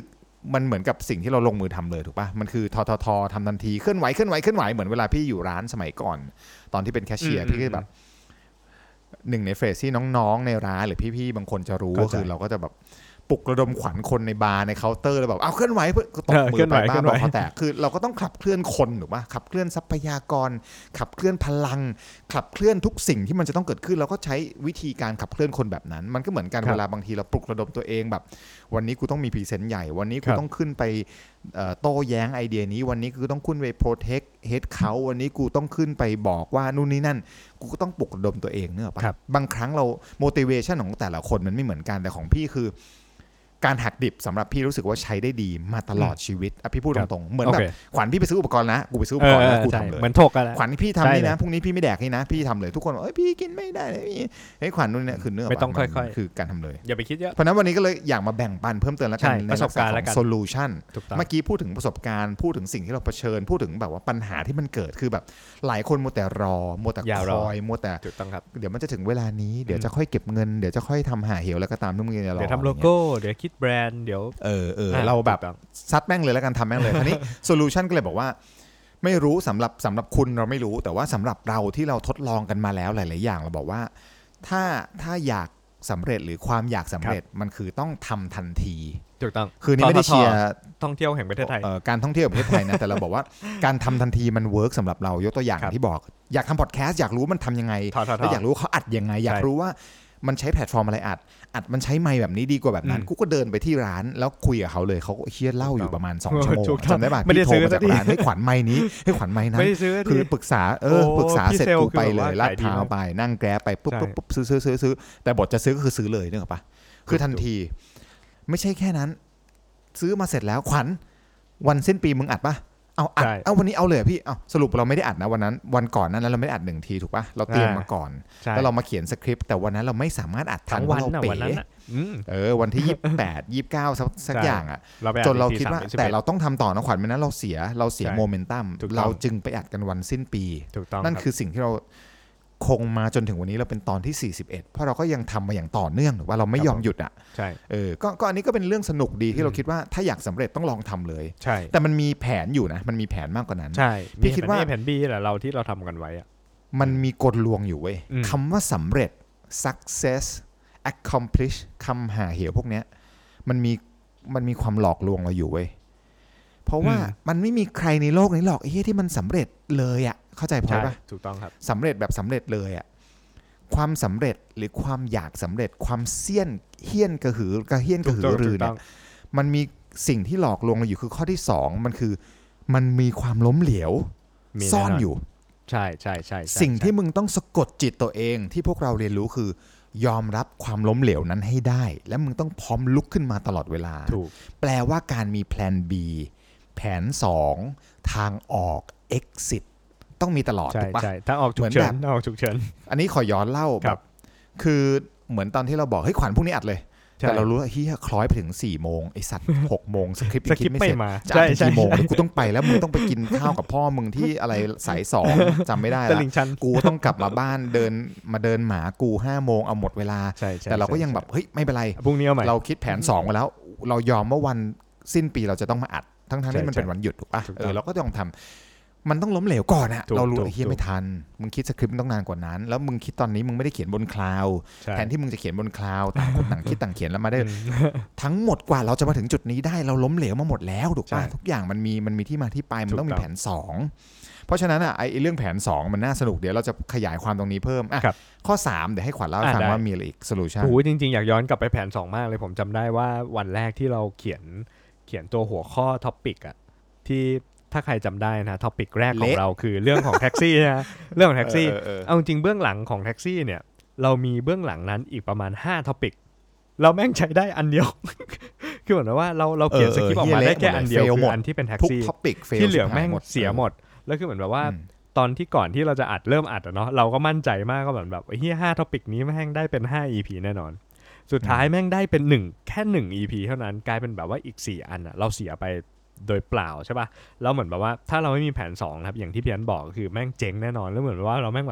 มันเหมือนกับสิ่งที่เราลงมือทำเลยถูกป่ะมันคือททททำทันทีเคลื่อนไหวเคลื่อนไหวเคลื่อนไหวเหมือนเวลาพี่อยู่ร้านสมัยก่อนตอนที่เป็นแคชเชียร์พี่ก็แบบหนึ่งในเฟรชที่น้องๆในร้านหรือพี่ๆบางคนจะรู้ก็คือเราก็จะแบบปลุกระดมขวัญคนในบาร์ในเคาน์เตอร์แล้วแบบเอาเคลื่อนไหวเพื่อตบมือไปบ้าบอกเขาแต่คือเราก็ต้องขับเคลื่อนคนถูกป่ะขับเคลื่อนทรัพยากรขับเคลื่อนพลังขับเคลื่อนทุกสิ่งที่มันจะต้องเกิดขึ้นเราก็ใช้วิธีการขับเคลื่อนคนแบบนั้นมันก็เหมือนกันเวลาบางทีเราปลุกระดมตัวเองแบบวันนี้กูต้องมีพรีเซนต์ใหญ่วันนี้กูต้องขึ้นไปโต้แย้งไอเดียนี้วันนี้กูต้องขึ้นไปโปรเทคเฮดเขาวันนี้กูต้องขึ้นไปบอกว่านู่นนี่นั่นกูก็ต้องปลุกระดมตัวเองเนอะป่ะบางครั้งเรา motivation ของแต่ละคนมันไม่เหมือนกันแต่ของพี่คือการหักดิบสำหรับพี่รู้สึกว่าใช้ได้ดีมาตลอดชีวิตอ่ะพี่พูดตรงๆเหมือนแบบขวัญพี่ไปซื้ออุปกรณ์นะกูไปซื้ออุปกรณ์นะกูทำเลยเหมือนถกกันขวัญพี่ทำนี่นะพรุ่งนี้พี่ไม่แดกนี่นะพี่ทำเลยทุกคนบอกเอ้ยพี่กินไม่ได้เลยไอ้ขวัญนู่นเนี่ยคือเนื้อไม่ต้องค่อยๆคือการทำเลยอย่าไปคิดเยอะเพราะนั้นวันนี้ก็เลยอยากมาแบ่งปันเพิ่มเติมแล้วกันในประสบการณ์และโซลูชันเมื่อกี้พูดถึงประสบการณ์พูดถึงสิ่งที่เราเผชิญพูดถึงแบบว่าปัญหาที่มันเกิดคือแบบหลายคนมัวแต่รอมัวแต่คอยมัวแต่เดี๋ยวมันจะถึงเวลานี้เดี๋ยวจะค่อยเก็บเงินเดี๋ยวจะค่อยทำหาเหวแล้วก็ตามทุกเมื่อเดี๋ยวทำโลโก้เดี๋ยวคิดแบรนด์เดี๋ยวเออเออเราแบบซัดแม่งเลยแล้วกันทำแม่งเลยคราวนี้โซลูชันก็เลยบอกว่าไม่รู้สำหรับสำหรับคุณเราไม่รู้แต่ว่าสำหรับเราที่เราทดลองกันมาแล้วหลายๆอย่างเราบอกว่าถ้าถ้าอยากสำเร็จหรือความอยากสำเร็จมันคือต้องทำทันทีถูกต้องคือนี่ไม่ได้เชียร์ท่องเที่ยวแห่งประเทศไทยการท่องเที่ยวประเทศไทยนะแต่เราบอกว่าการทำทันทีมันเวิร์กสำหรับเรายกตัวอย่างที่บอกอยากทำพอดแคสต์อยากรู้มันทำยังไงแล้วอยากรู้เขาอัดยังไงอยากรู้ว่ามันใช้แพลตฟอร์มอะไรอัดอัดมันใช้ไมค์แบบนี้ดีกว่าแบบนั้นกูก็เดินไปที่ร้านแล้วคุยกับเขาเลยเขาเฮี้ยเล่าอยู่ประมาณสองชั่วโมงจำได้ป่ะพี่โทรมาจากร้านให้ขวัญไมค์นี้ให้ขวัญไมค์นั้นคือปรึกษาเออปรึกษาเสร็จกูไปเลยลาดพร้าวไปนั่งแกร็บไปปุ๊บปุ๊บปุ๊บซื้อซื้อซื้อซื้อแต่บทจะซื้อก็คือซื้อเลยนึกออกป่ะคือทันทีไม่ใช่แค่นั้นซื้อมาเสร็จแล้วขวัญวันสิ้นปีมึงอัดป่ะเอาอัดเอาวันนี้เอาเลยพี่เอาสรุปเราไม่ได้อัดนะวันนั้นวันก่อนนั้นเราไม่ได้อัดหนึ่งทีถูกป่ะเราเตรียมมาก่อนแล้วเรามาเขียนสคริปต์แต่วันนั้นเราไม่สามารถอัดทั้งวันเราเป๋เออวันที่ยี่สิบแปด ยี่สิบเก้าสักอย่างอ่ะจนเราคิดว่าแต่เราต้องทำต่อนะขวัญไม่นั้นเราเสียเราเสียโมเมนตัมเราจึงไปอัดกันวันสิ้นปีนั่นคือสิ่งที่เราคงมาจนถึงวันนี้เราเป็นตอนที่สี่สิบเอ็ดเพราะเราก็ยังทำมาอย่างต่อเนื่องว่าเราไม่ยอมหยุดอ่ะใช่เออก็ก็อันนี้ก็เป็นเรื่องสนุกดีที่เราคิดว่าถ้าอยากสำเร็จต้องลองทำเลยใช่แต่มันมีแผนอยู่นะมันมีแผนมากกว่านั้นใช่พี่คิดว่าแผน B แหละเราที่เราทำกันไว้อ่ะมันมีกลลวงอยู่เว้ยคำว่าสำเร็จ success accomplish คำหาเหวพวกเนี้ยมันมีมันมีความหลอกลวงเราอยู่เว้ยเพราะว่ามันไม่มีใครในโลกนี้หรอกไอ้เหี้ยที่มันสำเร็จเลยอ่ะเข้าใจพอป่ะถูกต้องครับสำเร็จแบบสำเร็จเลยอ่ะความสำเร็จหรือความอยากสำเร็จความเสี้ยนเฮี้ยนกระหือกระเฮี้ยนกระหือรือเนี่ยมันมีสิ่งที่หลอกลวงเราอยู่คือข้อที่สองมันคือมันมีความล้มเหลวซ่อนอยู่ใช่ใช่ใช่สิ่งที่มึงต้องสะกดจิตตัวเองที่พวกเราเรียนรู้คือยอมรับความล้มเหลวนั้นให้ได้และมึงต้องพร้อมลุกขึ้นมาตลอดเวลาแปลว่าการมีแผน B แผนสองทางออก exitต้องมีตลอดถูกปะใช่ถ้าออกฉุกเฉินออกฉุกเฉินอันนี้ขอย้อนเล่าแบบคือเหมือนตอนที่เราบอกเฮ้ยขวัญพรุ่งนี้อัดเลยแต่เรารู้ว่าเฮียคล้อยไปถึงสี่โมงไอสัตว์หกโมงสคริปต์คิดไม่เสร็จจะอัดกี่โมงกูต้องไปแล้วมึงต้องไปกินข้าวกับพ่อมึงที่อะไรสายสองจำไม่ได้แล้วกูต้องกลับมาบ้านเดินมาเดินหมากูห้าโมงเอาหมดเวลาแต่เราก็ยังแบบเฮ้ยไม่เป็นไรพรุ่งนี้เอาใหม่เราคิดแผนสองมาแล้วเรายอมว่าวันสิ้นปีเราจะต้องมาอัดทั้งๆที่มันเป็นวันหยุดถูกปะเออเราก็ต้องทำมันต้องล้มเหลวก่อนอะเรารู้ไอ้เหี้ยไม่ทันมึงคิดสคริปต์มันต้องนานกว่านั้นแล้วมึงคิดตอนนี้มึงไม่ได้เขียนบนคลาวด์แทนที่มึงจะเขียนบนคลาวด์ต่างคนต่างคิดต่างเขียนแล้วมาได้ทั้งหมดกว่าเราจะมาถึงจุดนี้ได้เราล้มเหลวมาหมดแล้วถูกป่ะทุกอย่างมันมีมันมีที่มาที่ไปมันต้องมีแผนสองเพราะฉะนั้นอะไอ้เรื่องแผนสองมันน่าสนุกเดี๋ยวเราจะขยายความตรงนี้เพิ่มอ่ะข้อสามเดี๋ยวให้ขวัญเล่าให้ฟังว่ามีอะไรอีกโซลูชันโอ้จริงๆอยากย้อนกลับไปแผนสองมากเลยผมจำได้ว่าวันแรกที่เราเขียนเขียนตัวหัวข้อท็อปิกอะที่ถ้าใครจำได้นะท็อปิกแรกของเราคือเรื่องของแท็กซี่นะเรื่องของแท็กซี่เอาจริงเบื้องหลังของแท็กซี่เนี่ยเรามีเบื้องหลังนั้นอีกประมาณห้าท็อปิกเราแม่งใช้ได้อันเดียวคือเหมือนว่าเราเราเขียนสคริปต์ออกมาได้แค่อันเดียวคืออันที่เป็นแท็กซี่ที่เหลือแม่งเสียหมดแล้วคือเหมือนแบบว่าตอนที่ก่อนที่เราจะอัดเริ่มอัดอะเนาะเราก็มั่นใจมากก็แบบแบบเฮียห้าท็อปิกนี้แม่งได้เป็นห้า อี พี แน่นอนสุดท้ายแม่งได้เป็นหนึ่งแค่หนึ่ง อี พี เท่านั้นกลายเป็นแบบว่าอีกสี่อันอะเราเสียไปโดยเปล่าใช่ป่ะแล้วเหมือนแบบว่าถ้าเราไม่มีแผนสองครับอย่างที่พี่อันบอกคือแม่งเจ๊งแน่นอนแล้วเหมือนว่าเราแม่งแบบ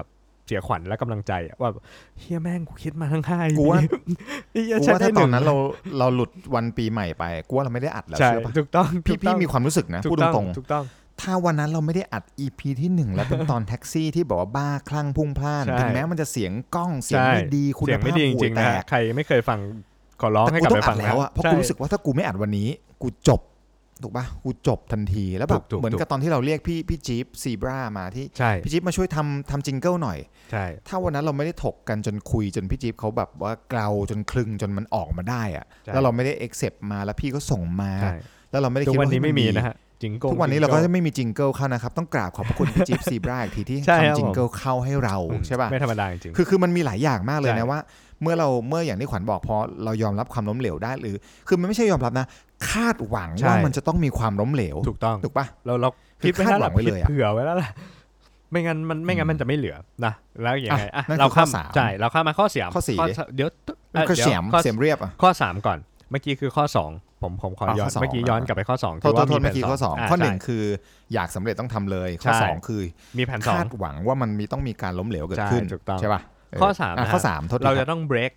สียขวัญและกำลังใจว่าเฮียแม่งกูคิดมาทั้งห้ากูว่ากูว่าถ้าตอนนั้นเราเราหลุดวันปีใหม่ไปกูว่าเราไม่ได้อัดแล้วใช่ป่ะถูกต้องพี่พี่มีความรู้สึกนะพูดตรงๆถูกต้องถ้าวันนั้นเราไม่ได้อัด อี พี ที่หนึ่งแล้วเป็นตอนแท็กซี่ที่บอกว่าบ้าคลั่งพุ่งพล่านถึงแม้มันจะเสียงกล้องเสียงไม่ดีคุณภาพห่วยแตกใครไม่เคยฟังขอร้องให้กลับไปฟังแล้วอ่ะเพราะกูรู้สึกว่าถ้ากูไม่อัดวันนี้กูจบถูกป่ะกูจบทันทีแล้วแบบเหมือนกับตอนที่เราเรียกพี่พี่จี๊ปซีบรามาที่พี่จี๊ปมาช่วยทำทำจิงเกิลหน่อยใช่ถ้าวันนั้นเราไม่ได้ถกกันจนคุยจนพี่จี๊ปเขาแบบว่าเกลาจนคลึงจนมันออกมาได้อ่ะแล้วเราไม่ได้เอ็กเซปมาแล้วพี่ก็ส่งมาแล้วเราไม่ได้คิดว่าวันนี้ไม่มีนะฮะทุกวันนี้เราก็จะไม่มีจิงเกิลเข้านะครับต้องกราบขอบพระคุณพี่จิ๊บซีบราอีกทีที่ทำจิงเกิลเข้าให้เราใช่ป่ะไม่ธรรมดาจริงคือคือมันมีหลายอย่างมากเลยนะว่าเมื่อเราเมื่ออย่างที่ขวัญบอกพอเรายอมรับความล้มเหลวได้หรือคือมันไม่ใช่ยอมรับนะคาดหวังว่ามันจะต้องมีความล้มเหลวถูกต้องถูกป่ะเราเราคิดคาดหวังไว้เลยเผื่อไว้แล้วล่ะไม่งั้นมันไม่งั้นมันจะไม่เหลือนะแล้วยังไงเราข้ามใช่เราข้ามมาข้อสี่ข้อสี่เดี๋ยวข้อเสียมเสียมเรียบอ่ะข้อสามก่อนเมื่อกี้คือข้อสองผมผมขอย้อนเมื่อกี้ย้อนกลับไปข้อสองคือว่ามีแผนสองข้อสองข้อหนึ่งคืออยากสำเร็จต้องทำเลยข้อสองคือมีแผนสองคาดหวังว่ามันมีต้องมีการล้มเหลวเกิดขึ้นใช่ป่ะข้อสามข้อสามเราจะต้อง break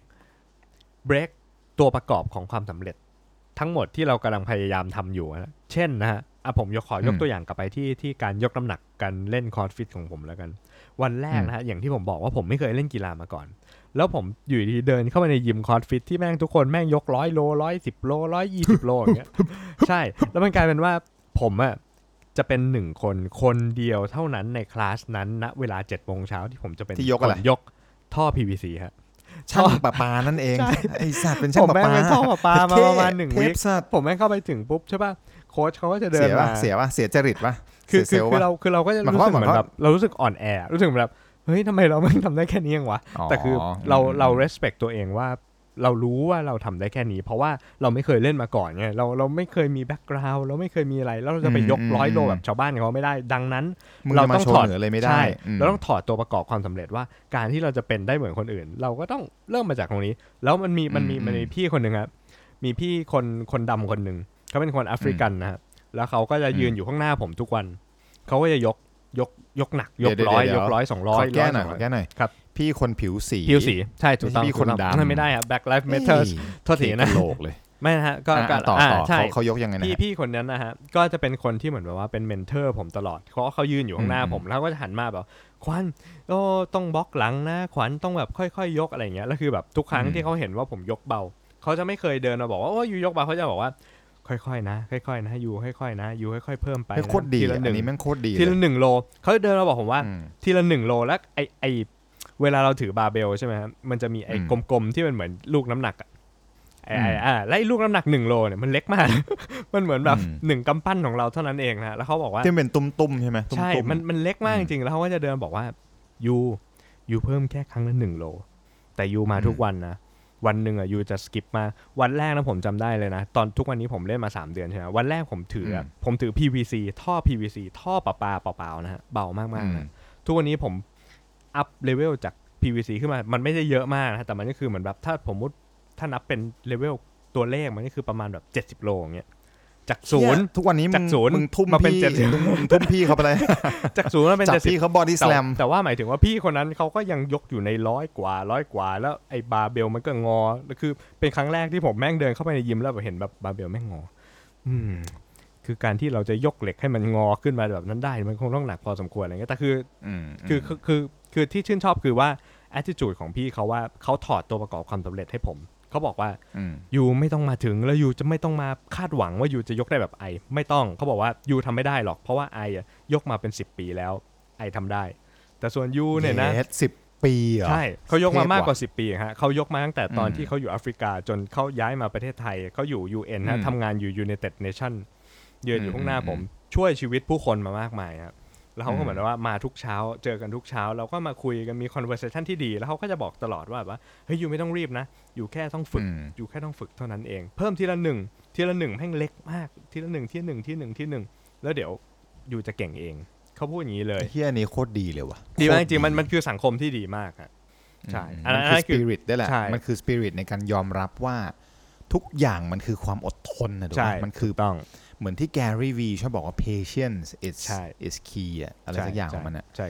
break ตัวประกอบของความสำเร็จทั้งหมดที่เรากำลังพยายามทำอยู่นะเช่นนะฮะอ่ะผมยกขอยกตัวอย่างกลับไปที่ที่การยกน้ำหนักการเล่นคอร์สฟิตของผมแล้วกันวันแรกนะฮะอย่างที่ผมบอกว่าผมไม่เคยเล่นกีฬามาก่อนแล้วผมอยู่ดีเดินเข้าไปในยิมคอร์สฟิตที่แม่งทุกคนแม่งยกร้อยโลร้อยสิบโลร้อยยี่สิบโลอย่างเงี้ยใช่แล้วมันกลายเป็นว่าผมอะจะเป็นหนึ่งคนคนเดียวเท่านั้นในคลาสนั้นณเวลาเจ็ดโมงเช้าที่ผมจะเป็นที่ยกอะไรยกท่อ พี วี ซี ฮะช่างประปานั่นเองไอ้สัตว์เป็นช่างประปาผมแม่งเป็นท่อประปามาประมาณหนึ่งวิคผมแม่งเข้าไปถึงปุ๊บใช่ป่ะโค้ชเขาก็จะเดินมาเสียป่ะเสียจริตป่ะคือคือเราคือเราก็จะรู้สึกเหมือนแบบเรารู้สึกอ่อนแอรู้สึกแบบเฮ้ยทำไมเราไม่ทำได้แค่นี้เองวะแต่คือเราเรา respect ตัวเองว่าเรารู้ว่าเราทำได้แค่นี้เพราะว่าเราไม่เคยเล่นมาก่อนไงเราเราไม่เคยมีแบ็คกราวด์เราไม่เคยมีอะไรแล้วเราจะไปยกร้อยโลแบบชาวบ้านเขาไม่ได้ดังนั้นเราต้องถอดเลยไม่ได้เราต้องถอดตัวประกอบความสำเร็จว่าการที่เราจะเป็นได้เหมือนคนอื่นเราก็ต้องเริ่มมาจากตรงนี้แล้วมันมีมันมีมันมีพี่คนนึงครับมีพี่คนคนดำคนนึงเขาเป็นคนแอฟริกันนะฮะแล้วเขาก็จะยืนอยู่ข้างหน้าผมทุกวันเขาก็จะยกยกยกหนักยกร้อยยกร้อยสองร้อยแก้หน่อยแก้หน่อยครับพี่คนผิวสีผิวสีใช่ถูกต้องพี่คนดำไม่ได้ครับ Black Lives Matter โทษทีนะโลกเลยไม่นะฮะก็ต่อต่อเขายกยังไงนะพี่พี่คนนั้นนะฮะก็จะเป็นคนที่เหมือนแบบว่าเป็นเมนเทอร์ผมตลอดเพราะเขายืนอยู่ข้างหน้าผมแล้วก็จะหันมาแบบขวัญโอ้ต้องบล็อกหลังนะขวัญต้องแบบค่อยๆยกอะไรอย่างเงี้ยแล้วคือแบบทุกครั้งที่เขาเห็นว่าผมยกเบาเขาจะไม่เคยเดินมาบอกว่าโอ้ยูยกเบาเขาจะบอกว่าค่อยๆนะค่อยๆนะยูค่อยๆนะยูค่อยๆเพิ่มไปโคตรดีอันนี้แม่งโคตรดีทีละหนึ่งโลเขาเดินมาบอกผมว่าทีละหนึ่งโลแล้วไอไอเวลาเราถือบาร์เบลใช่ไหมครับมันจะมีไอ้กลมๆที่มันเหมือนลูกน้ำหนักอ่ะไอ้อ่าแล้วไอ้ลูกน้ำหนักหนึ่งโลเนี่ยมันเล็กมาก มันเหมือนแบบหนึ่งกำปั้นของเราเท่านั้นเองนะแล้วเขาบอกว่าที่เป็นตุ้มๆใช่ไหมใช่มันมันเล็กมากจริงๆแล้วเขาก็จะเดินบอกว่ายูยูเพิ่มแค่ครั้งละหนึ่งโลแต่ยูมาทุกวันนะวันหนึ่งอ่ะยูจะสกิปมาวันแรกนะผมจำได้เลยนะตอนทุกวันนี้ผมเล่นมาสามเดือนใช่ไหมวันแรกผมถือผมถือ พี วี ซี ท่อ พี วี ซี ท่อประปาเปล่าๆนะฮะเบามากๆนะทุกวันนี้ผมอัพเลเวลจาก พี วี ซี ขึ้นมามันไม่ได้เยอะมากนะแต่มันก็คือเหมือนแบบถ้าผมมุติถ้านับเป็นเลเวลตัวเลขมันก็คือประมาณแบบเจ็ดสิบโลอย่างเงี้ยจากศูนย์ทุกวันนี้จากศูนย์มึงทุ่มมาเป็นเจ็ดสิบทุ่มพี่เขาไปเลยจากศูนย์มาเป็นเจ็ดสิบพี่เขาบอดี้สแลมแต่ว่าหมายถึงว่าพี่คนนั้นเขาก็ยังยกอยู่ในร้อยกว่าร้อยกว่าแล้วไอ้บาร์เบลมันก็งอคือเป็นครั้งแรกที่ผมแม่งเดินเข้าไปในยิมแล้วเห็นแบบบาร์เบลแม่งงออืมคือการที่เราจะยกเหล็กให้มันงอขึ้นมาแบบนั้นได้มันคงต้องหนักพอสมควรอะไรเงี้ยแต่คือคือคือคือคือที่ชื่นชอบคือว่า attitude ของพี่เขาว่าเขาถอดตัวประกอบความสำเร็จให้ผมเขาบอกว่ายูไม่ต้องมาถึงแล้วยูจะไม่ต้องมาคาดหวังว่ายูจะยกได้แบบไอไม่ต้องเขาบอกว่ายูทำไม่ได้หรอกเพราะว่าไอยกมาเป็นสิบปีแล้วไอทำได้แต่ส่วนยูเนี่ยนะสิบปีเหรอใช่เขายกมามากกว่าสิบปีฮะเขายกมาตั้งแต่ตอนที่เขาอยู่แอฟริกาจนเขาย้ายมาประเทศไทยเขาอยู่ ยู เอ็น ฮะทำงานอยู่ United Nation ยืนอยู่ข้างหน้าผมช่วยชีวิตผู้คนมามากมายครับแล้วเขาก็เหมือนว่ามาทุกเช้าเจอกันทุกเช้าเราก็มาคุยกันมี conversation ที่ดีแล้วเขาก็จะบอกตลอดว่าแบบเฮ้ยอยู่ไม่ต้องรีบนะอยู่แค่ต้องฝึกอยู่แค่ต้องฝึกเท่านั้นเองเพิ่มทีละหนึ่งทีละหนึ่งแม่งเล็กมากทีละหนึ่งทีละหนึ่งทีหนึ่งทีหนึ่งแล้วเดี๋ยวอยู่จะเก่งเองเขาพูดอย่างนี้เลยเฮียนี่โคตรดีเลยว่ะดีมากจริงๆมันมันคือสังคมที่ดีมากครับใช่อันนั้นคือ spirit ได้แหละมันคือ spirit ในการยอมรับว่าทุกอย่างมันคือความอดทนนะถูกไหมมันคือต้องเหมือนที่ Gary V ชอบบอกว่า patience is is key อะอะไรสักอย่างของมันอะใช่ครับ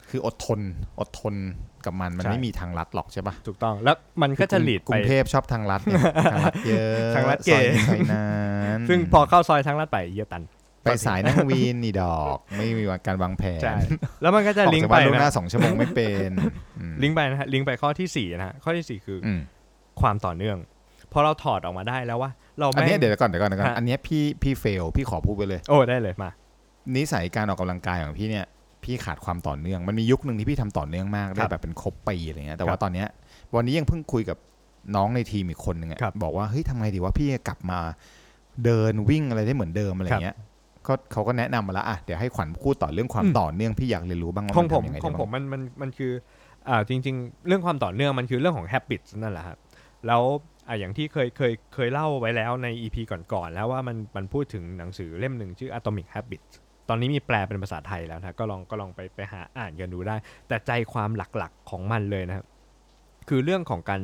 คืออดทนอดทนกับมันมันไม่มีทางลัดหรอกใช่ป่ะถูกต้องแล้วมันก็จะหลีดไปกรุงเทพชอบทางลัดเนี่ยทางลัดเยอะทางลัดเก๋ซอยนั้นซึ่งพอเข้าซอยทางลัดไปเยอะตันไปสายนั่งวีนนี่ดอกไม่มีการวางแผนใช่แล้วมันก็จะลิงก์ไปล่วงหน้าสองชั่วโมงไม่เป็นลิงก์ไปนะฮะลิงก์ไปข้อที่สี่นะฮะข้อที่สี่คือความต่อเนื่องพอเราถอดออกมาได้แล้วว่าเราอันนี้เดี๋ยวก่อนเดี๋ยวก่อนเดี๋ยวก่อนอันนี้พี่พี่เฟลพี่ขอพูดไปเลยโอ้ได้เลยมานิสัยการออกกำลังกายของพี่เนี่ยพี่ขาดความต่อเนื่องมันมียุคนึงที่พี่ทำต่อเนื่องมากได้แบบเป็นครบปีอะไรเงี้ยแต่ว่าตอนเนี้ยวันนี้ยังเพิ่งคุยกับน้องในทีมอีกคนนึงอ่ะบอกว่าเฮ้ยทำไงดีว่าพี่กลับมาเดินวิ่งอะไรได้เหมือนเดิมอะไรเงี้ยก็เขาก็แนะนำมาแล้วอ่ะเดี๋ยวให้ขวัญพูดต่อเรื่องความต่อเนื่องพี่อยากเรียนรู้บ้างว่ามันทำยังไงของผมมันมันมันคืออ่าจริงๆเรื่องความต่อเนื่องมันคือเรื่องของ habits นั่นแหละครับแล้วอ่ะอย่างที่เคยเคยเคยเล่าไว้แล้วใน อี พี ก่อนๆแล้วว่ามันมันพูดถึงหนังสือเล่มหนึ่งชื่อ Atomic Habits ตอนนี้มีแปลเป็นภาษาไทยแล้วนะก็ลองก็ลองไปไปหาอ่านกันดูได้แต่ใจความหลักๆของมันเลยนะครับคือเรื่องของการ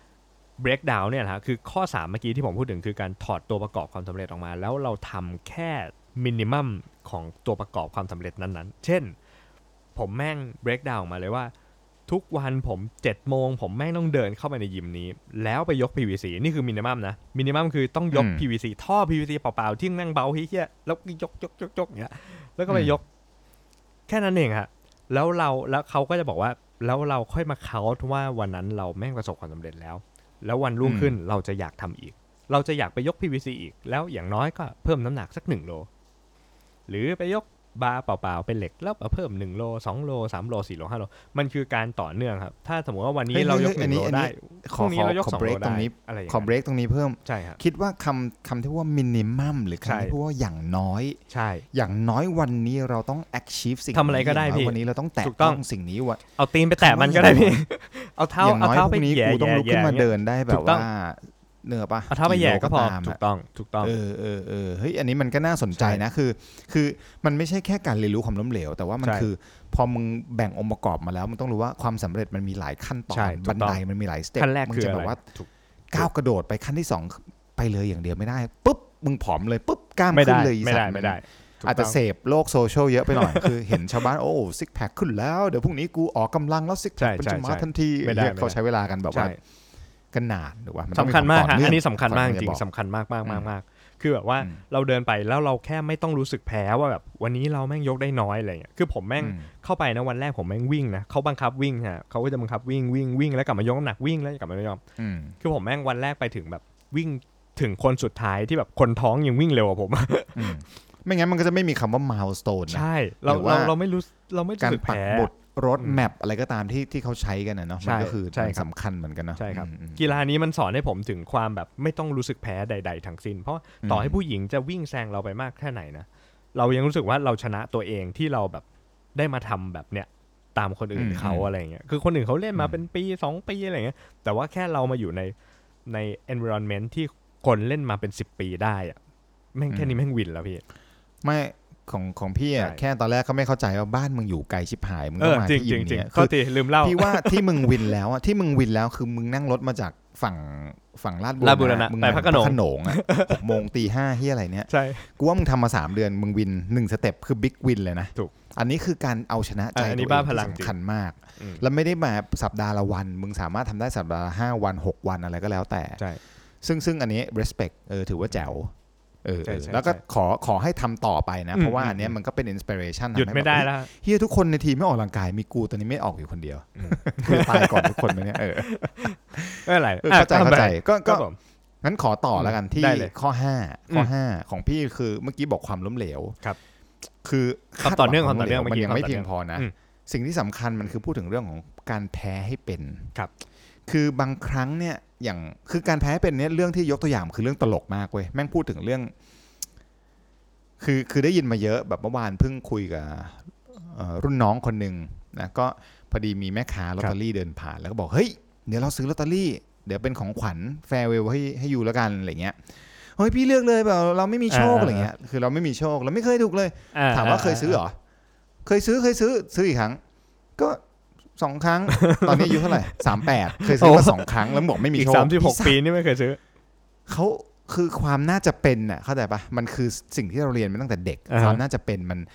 break down เนี่ยนะคือข้อสามเมื่อกี้ที่ผมพูดถึงคือการถอดตัวประกอบความสำเร็จออกมาแล้วเราทำแค่มินิมัมของตัวประกอบความสำเร็จนั้นๆเช่นผมแม่ง break down มาเลยว่าทุกวันผมเจ็ดโมงผมแม่งต้องเดินเข้าไปในยิมนี้แล้วไปยก พี วี ซี นี่คือมินิมัมนะมินิมัมคือต้องยก พี วี ซี ท่อ พี วี ซี เปล่าๆที่แม่งเบาเหี้ยแล้วยกยกยกยกอย่างเงี้ยแล้วก็ไปยกแค่นั้นเองฮะแล้วเราแล้วเขาก็จะบอกว่าแล้วเราค่อยมาเคาท์ว่าวันนั้นเราแม่งประสบความสำเร็จแล้วแล้ววันรุ่งขึ้นเราจะอยากทำอีกเราจะอยากไปยก พี วี ซี อีกแล้วอย่างน้อยก็เพิ่มน้ำหนักสักหนึ่งโลหรือไปยกบาร์เปล่าๆเป็นเหล็กแล้วเพิ่มหนึ่งโลสองโลสามโลสี่โลห้าโลมันคือการต่อเนื่องครับถ้าสมมติว่าวันนี้เรายกหนึ่งโลได้พรุ่งนี้เรายกสองโลได้อะไรอย่างเงี้ยขอเบรกตรงนี้เพิ่มใช่ครับคิดว่าคำคำที่ว่ามินิมัมหรือคำที่พูดว่าอย่างน้อยใช่อย่างน้อยวันนี้เราต้อง achieve สิ่งนี้ทำอะไรก็ได้พี่วันนี้เราต้องแตะต้องสิ่งนี้วะเอาตีนไปแตะมันก็ได้พี่เอาเท้าเอาเท้าไปแย่ๆต้องลุกขึ้นมาเดินได้แบบว่าเนื้อปะเอาเท้าไปแย่ก็พอถูกต้องถูกต้องเออเออเออเฮ้ยอันนี้มันก็น่าสนใจนะคือคือมันไม่ใช่แค่การเรียนรู้ความล้มเหลวแต่ว่ามันคือพอมึงแบ่งองค์ประกอบมาแล้วมึงต้องรู้ว่าความสำเร็จมันมีหลายขั้นตอนบันไดมันมีหลายสเต็ปมึงจะแบบว่าก้าวกระโดดไปขั้นที่สองไปเลยอย่างเดียวไม่ได้ปุ๊บมึงผอมเลยปุ๊บกล้ามขึ้นเลยไม่ได้ไม่ได้อาจจะเสพโลกโซเชียลเยอะไปหน่อยคือเห็นชาวบ้านโอ้ซิกแพคขึ้นแล้วเดี๋ยวพรุ่งนี้กูออกกำลังแล้วซิกแพคเป็นจมาทันทีเขาใช้เวลากันแบบว่ากันนานหรือว่าสำคัญมากอันนี้สำคัญมากจริงสำคัญมากมากมากมากคือแบบว่าเราเดินไปแล้วเราแค่ไม่ต้องรู้สึกแพ้ว่าแบบวันนี้เราแม่งยกได้น้อยอะไรเงี้ยคือผมแม่งเข้าไปนะวันแรกผมแม่งวิ่งนะเขาบังคับวิ่งฮะเขาก็จะบังคับวิ่งวิ่งวิ่งแล้วกลับมายกน้ำหนักวิ่งแล้วกลับมาไม่ยอมคือผมแม่งวันแรกไปถึงแบบวิ่งถึงคนสุดท้ายที่แบบคนท้องยังวิ่งเร็วกว่าผมไม่งั้นมันก็จะไม่มีคำว่า milestone นะใช่เราเราเราไม่รู้เราไม่รู้สึกแพ้รถแมพอะไรก็ตามที่ที่เขาใช้กันนะเนาะมันก็คือสำคัญเหมือนกันนะใช่ครับกีฬานี้มันสอนให้ผมถึงความแบบไม่ต้องรู้สึกแพ้ใดๆทั้งสิ้นเพราะต่อให้ผู้หญิงจะวิ่งแซงเราไปมากแค่ไหนนะเรายังรู้สึกว่าเราชนะตัวเองที่เราแบบได้มาทำแบบเนี้ยตามคนอื่นเขาอะไรเงี้ยคือคนอื่นเขาเล่นมาเป็นปีสองปีอะไรเงี้ยแต่ว่าแค่เรามาอยู่ในใน environment ที่คนเล่นมาเป็นสิบปีได้อะแม่งแค่นี้แม่งวินแล้วพี่ไม่ของของพี่อ่ะแค่ตอนแรกเขาไม่เข้าใจว่าบ้านมึงอยู่ไกลชิบหายมึงต้องมาที่ยิมเนี่ยคือลืมเล่าพี่ว่าที่มึงวินแล้วอ่ะที่มึงวินแล้วคือมึงนั่งรถมาจากฝั่งฝั่งลาดบุรณะมึงไปพระโขนงอ่ะหกโมงตีห้าเฮียอะไรเนี้ยใช่กูว่ามึงทำมาสามเดือนมึงวินหนึ่งสเต็ปคือบิ๊กวินเลยนะถูกอันนี้คือการเอาชนะใจตัวเองที่สำคัญมากแล้วไม่ได้มาสัปดาห์ละวันมึงสามารถทำได้สัปดาห์ละห้าวันหกวันอะไรก็แล้วแต่ซึ่งซึ่งอันนี้ respect เออถือว่าแจ๋วเออแล้วก็ขอขอให้ทำต่อไปนะเพราะว่าอันนี้มันก็เป็นอินสปิเรชันหยุดไม่ได้แล้วเฮียทุกคนในทีมไม่ออกกำลังกายมีกูตอนนี้ไม่ออกอยู่คนเดียวคือตายก่อนทุกคนเนี่ยเออไม่อะไรเข้าใจเข้าใจก็ก็งั้นขอต่อแล้วกันที่ข้อห้าข้อห้าของพี่คือเมื่อกี้บอกความล้มเหลวครับคือต่อเนื่องความต่อเนื่องมันยังไม่เพียงพอนะสิ่งที่สำคัญมันคือพูดถึงเรื่องของการแพ้ให้เป็นครับคือบางครั้งเนี่ยอย่างคือการแพ้เป็นเนี่ยเรื่องที่ยกตัวอย่างคือเรื่องตลกมากเว้ยแม่งพูดถึงเรื่องคือคือได้ยินมาเยอะแบบเมื่อวานเพิ่งคุยกับรุ่นน้องคนหนึ่งนะก็พอดีมีแม่ค้าลอตเตอรี่เดินผ่านแล้วก็บอกเฮ้ยเดี๋ยวเราซื้อลอตเตอรี่เดี๋ยวเป็นของขวัญแฟร์เวลให้ให้อยู่แล้วกันอะไรเงี้ยเฮ้ยพี่เลือกเลยแบบเราไม่มีโชคอะไรเงี้ยคือเราไม่มีโชคเราไม่เคยถูกเลยถามว่าเคยซื้อหรอเคยซื้อเคยซื้อซื้ออีกครั้งก็สองครั้งตอนนี้อายุเท่าไหร่สามแปดเคยซื้อมาสองครั้งแล้วบอกไม่มีโชคสามสิบหกปีนี่ไม่เคยซื้อเขาคือความน่าจะเป็นน่ะเข้าใจปะมันคือสิ่งที่เราเรียนมาตั้งแต่เด็กความน่าจะเป็นมัน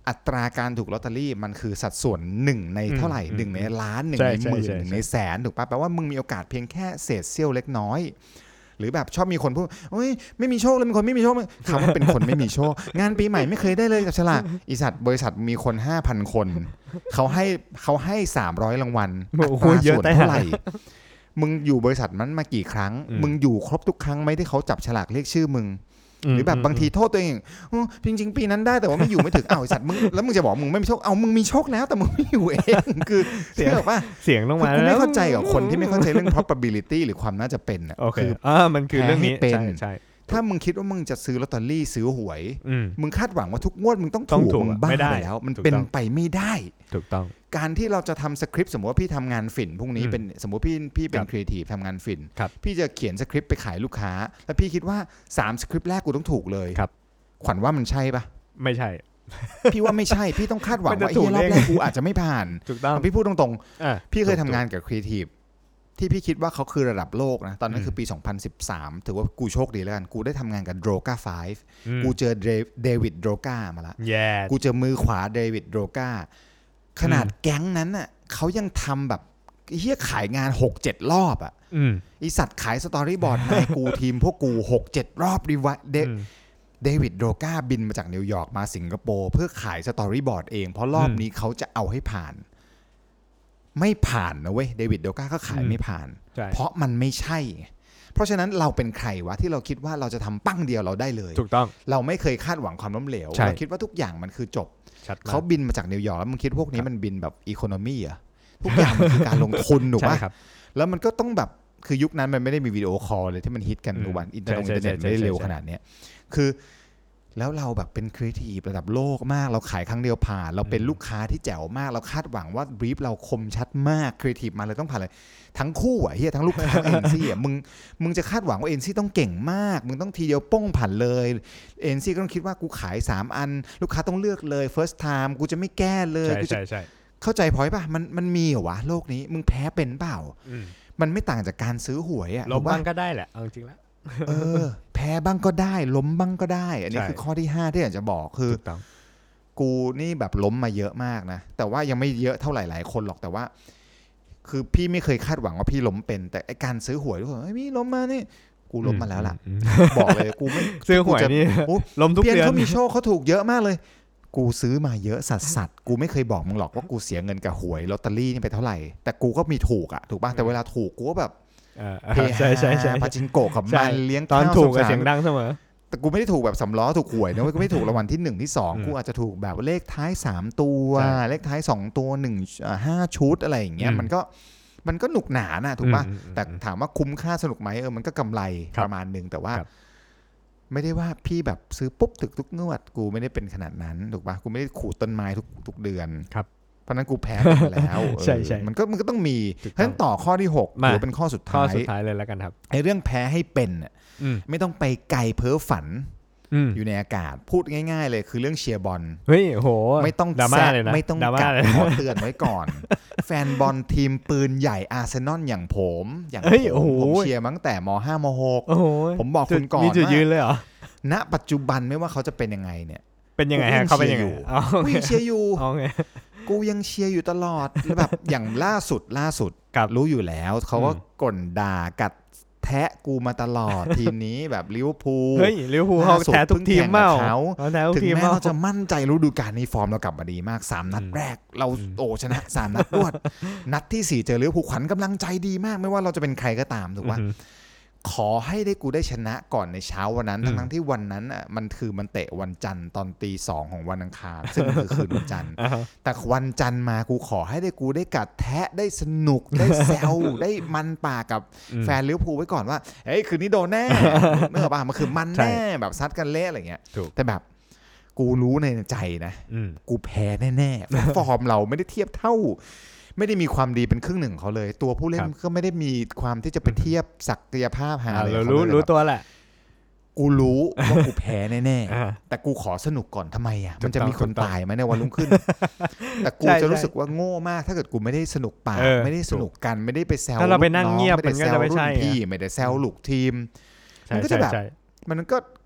อัตราการถูกลอตเตอรี่มันคือสัดส่วนหนึ่งในเท่าไหร่หนึ่งในล้านหนึ่งในหมื่นหนึ่งในแสนถูกป่ะแปลว่ามึงมีโอกาสเพียงแค่เศษเสี้ยวเล็กน้อยหรือแบบชอบมีคนพูดโอ้ยไม่มีโชคเลยเป็นคนไม่มีโชคคำว่าเป็นคนไม่มีโชคงานปีใหม่ไม่เคยได้เลยกับฉลากอีสัตว์บริษัทมีคน ห้าพัน คนเขาให้เขาให้สามร้อยรางวัลอัตราส่วนเท่าไหร่มึงอยู่บริษัทนั้นมากี่ครั้งมึงอยู่ครบทุกครั้งไหมที่เขาจับฉลากเรียกชื่อมึงหรือแบบบางทีโทษตัวเองจริงๆปีนั้นได้แต่ว่าไม่อยู่ไม่ถึงอ้าวสัตว์มึงแล้วมึงจะบอกมึงไม่มีโชคเอามึงมีโชคแล้วแต่มึงไม่อยู่เองคือเสียงป่ะเสียงลงมาแล้วกูไม่เข้าใจกับคนที่ไม่เข้าใจเรื่อง probability หรือความน่าจะเป็นอ่ะคืออ่ามันคือเรื่องนี้ใช่ใช่ถ้ามึงคิดว่ามึงจะซื้อลอตเตอรี่ซื้อหวยมึงคาดหวังว่าทุกงวดมึงต้องถูกมึงบ้าไปแล้วมันเป็นไปไม่ได้ถูกต้องการที่เราจะทำสคริปต์สมมติว่าพี่ทำงานฝิ่นพรุ่งนี้เป็นสมมติพี่พี่เป็นครีเอทีฟทำงานฝิ่นพี่จะเขียนสคริปต์ไปขายลูกค้าแล้วพี่คิดว่าสามสคริปต์แรกกูต้องถูกเลยขวัญว่ามันใช่ปะไม่ใช่พี่ว่าไม่ใช่พี่ต้องคาดหวังว่าไอ้รอบแรกกูอาจจะไม่ผ่านถูกต้องพี่พูดตรงๆพี่เคยทำงานกับครีเอทีฟที่พี่คิดว่าเขาคือระดับโลกนะตอนนั้นคือปีสองพันสิบสามถือว่ากูโชคดีแล้วกันกูได้ทำงานกับโดรก้าไฟว์กูเจอเดวิดโดรก้ามาละกูเจอมือขวาเดวิดโดรก้าขนาดแก๊งนั้นน่ะเขายังทำแบบเฮียขายงาน หกเจ็ด รอบอ่ะไอสัตว์ขายสตอรี่บอร์ดนายกูทีมพวกกู หกเจ็ด รอบรีวะเดวิดโดรก้าบินมาจากนิวยอร์กมาสิงคโปร์เพื่อขายสตอรี่บอร์ดเองเพราะรอบนี้เขาจะเอาให้ผ่านไม่ผ่านนะเว้ยเดวิดโดรก้าก็ขายไม่ผ่านเพราะมันไม่ใช่เพราะฉะนั้นเราเป็นใครวะที่เราคิดว่าเราจะทำปั้งเดียวเราได้เลยถูกต้องเราไม่เคยคาดหวังความล้มเหลวเราคิดว่าทุกอย่างมันคือจบเขาบินมาจากนิวยอร์กแล้วมึงคิดพวกนี้มันบินแบบอีโคโนมี่อะทุกอย่างมันคือการลงทุนถูกป่ะแล้วมันก็ต้องแบบคือยุคนั้นมันไม่ได้มีวิดีโอคอลเลยที่มันฮิตกันทุกวันอินเทอร์เน็ตไม่ได้เร็วขนาดนี้คือแล้วเราแบบเป็นครีเอทีฟระดับโลกมากเราขายครั้งเดียวผ่านเราเป็นลูกค้าที่แจ๋วมากเราคาดหวังว่าบรีฟเราคมชัดมากครีเอทีฟมาเลยต้องผ่านเลยทั้งคู่อ่ะเฮียทั้งลูกค้าเอ็นซี่อ่ะมึงมึงจะคาดหวังว่าเอ็นซี่ต้องเก่งมากมึงต้องทีเดียวป้งผ่านเลยเอ็นซี่ก็ต้องคิดว่ากูขายสามอันลูกค้าต้องเลือกเลย first time กูจะไม่แก้เลยใช่ใช่เข้าใจพอยป่ะมันมันมีเหรอวะโลกนี้มึงแพ้เป็นเปล่ามันไม่ต่างจากการซื้อหวยอ่ะล้มบ้างก็ได้แหละเอาจริงแล้วเออแพ้บ้างก็ได้ล้มบ้างก็ได้อันนี้คือข้อที่ห้าที่อยากจะบอกคือกูนี่แบบล้มมาเยอะมากนะแต่ว่ายังไม่เยอะเท่าหลายๆคนหรอกแต่ว่าคือพี่ไม่เคยคาดหวังว่าพี่ล้มเป็นแต่ไอการซื้อหวยทุกคนไอ้พี่ล้มมานี่กูล้มมาแล้วล่ะบอกเลยกูไม่ซื้อหวยนี่ล้มทุกเดือนเขามีโชคเขาถูกเยอะมากเลยกูซื้อมาเยอะสัสสัสกูไม่เคยบอกมึงหรอกว่ากูเสียเงินกับหวยลอตเตอรี่นี่ไปเท่าไหร่แต่กูก็มีถูกอ่ะถูกป่ะแต่เวลาถูกกูก็แบบใช่ใช่ใช่ปาจิงโกะกับมันเลี้ยงตอนถูกกับเสียงดังเสมอแต่กูไม่ได้ถูกแบบสำล้อถูกหวยนะกูไม่ถูกรางวัลที่หนึ่งที่สองกูอาจจะถูกแบบเลขท้ายสามตัวเลขท้ายสองตัวหนึ่งอ่าห้าชุดอะไรอย่างเงี้ยมันก็มันก็หนุกหนานะถูกป่ะแต่ถามว่าคุ้มค่าสนุกไหมเออมันก็กำไรประมาณนึงแต่ว่าไม่ได้ว่าพี่แบบซื้อปุ๊บถึกทุกงวดกูไม่ได้เป็นขนาดนั้นถูกป่ะกูไม่ได้ขูดต้นไม้ทุกทุกเดือนครับเพราะนั้นกูแพ้ไปแล้วใช่ใช่มันก็มันก็ต้องมีเพราะฉะนั้นต่อข้อที่หกหรือเป็นข้อสุดท้ายข้อสุดท้ายเลยแล้วกันครับไอ้เรื่องแพ้ให้เป็นไม่ต้องไปไกลเพ้อฝันอยู่ในอากาศพูดง่ายๆเลยคือเรื่องเชียร์บอลเฮ้ยโหไม่ต้องดราม่าเลยนะไม่ต้องกัดขอเตือนไว้ก่อนแฟนบอลทีมปืนใหญ่อาร์เซนอลอย่างผมอย่างผมผมเชียร์มาตั้งแต่ม.ห้าม หกผมบอกคุณก่อนมีจุดยืนเลยเหรอณปัจจุบันไม่ว่าเขาจะเป็นยังไงเนี่ยเป็นยังไงฮะเขาเป็นยังไงกูยังเชียร์อยู่กูยังเชียร์อยู่ตลอดแบบอย่างล่าสุดล่าสุดรู้อยู่แล้วเขาก็ก่นด่ากัดแทะกูมาตลอดทีมนี้แบบลิเวอร์พูลเฮ้ยลิเวอร์พูลเขาแทะทุกทีมเมาถึงแม้เราจะมั่นใจฤดูกาลนี้ฟอร์มเรากลับมาดีมากสามนัดแรกเราโอ้ชนะสามนัดรวดนัดที่สี่เจอลิเวอร์พูลขวัญกำลังใจดีมากไม่ว่าเราจะเป็นใครก็ตามถูกป่ะขอให้ได้กูได้ชนะก่อนในเช้าวันนั้นทั้งๆที่วันนั้นอ่ะมันคือมันเตะวันจันทร์ตอนตีสองของวันอังคารซึ่งคือคืนวันจันทร์แต่วันจันทร์มากูขอให้ได้กูได้กัดแทะได้สนุกได้แซวได้มันปากกับแฟนลิเวอร์พูลไว้ก่อนว่าเฮ้ยคืนนี้โดนแน่เมื่อป่ะมันคือมันแน่แบบซัดกันเละอะไรเงี้ยแต่แบบกูรู้ในใจนะกูแพ้แน่ๆฟอร์มเราไม่ได้เทียบเท่าไม่ได้มีความดีเป็นครึ่งหนึ่งเขาเลยตัวผู้เล่นก็ไม่ได้มีความที่จะไปเทียบศักยภาพหาอะไรเขาเลยรู้ตัวแหละกูรู้ว่ากูแพ้แน่ๆแต่กูขอสนุกก่อนทำไมอ่ะมันจะมีคนตายไหมในวันรุ่งขึ้นแต่กูจะรู้สึกว่าโง่มากถ้าเกิดกูไม่ได้สนุกปากไม่ได้สนุกกันไม่ได้ไปแซวถ้าเราไปนั่งเงียบมันก็จะไม่ใช่พี่ไม่ได้แซวลูกทีมมันก็จะแบบมันก็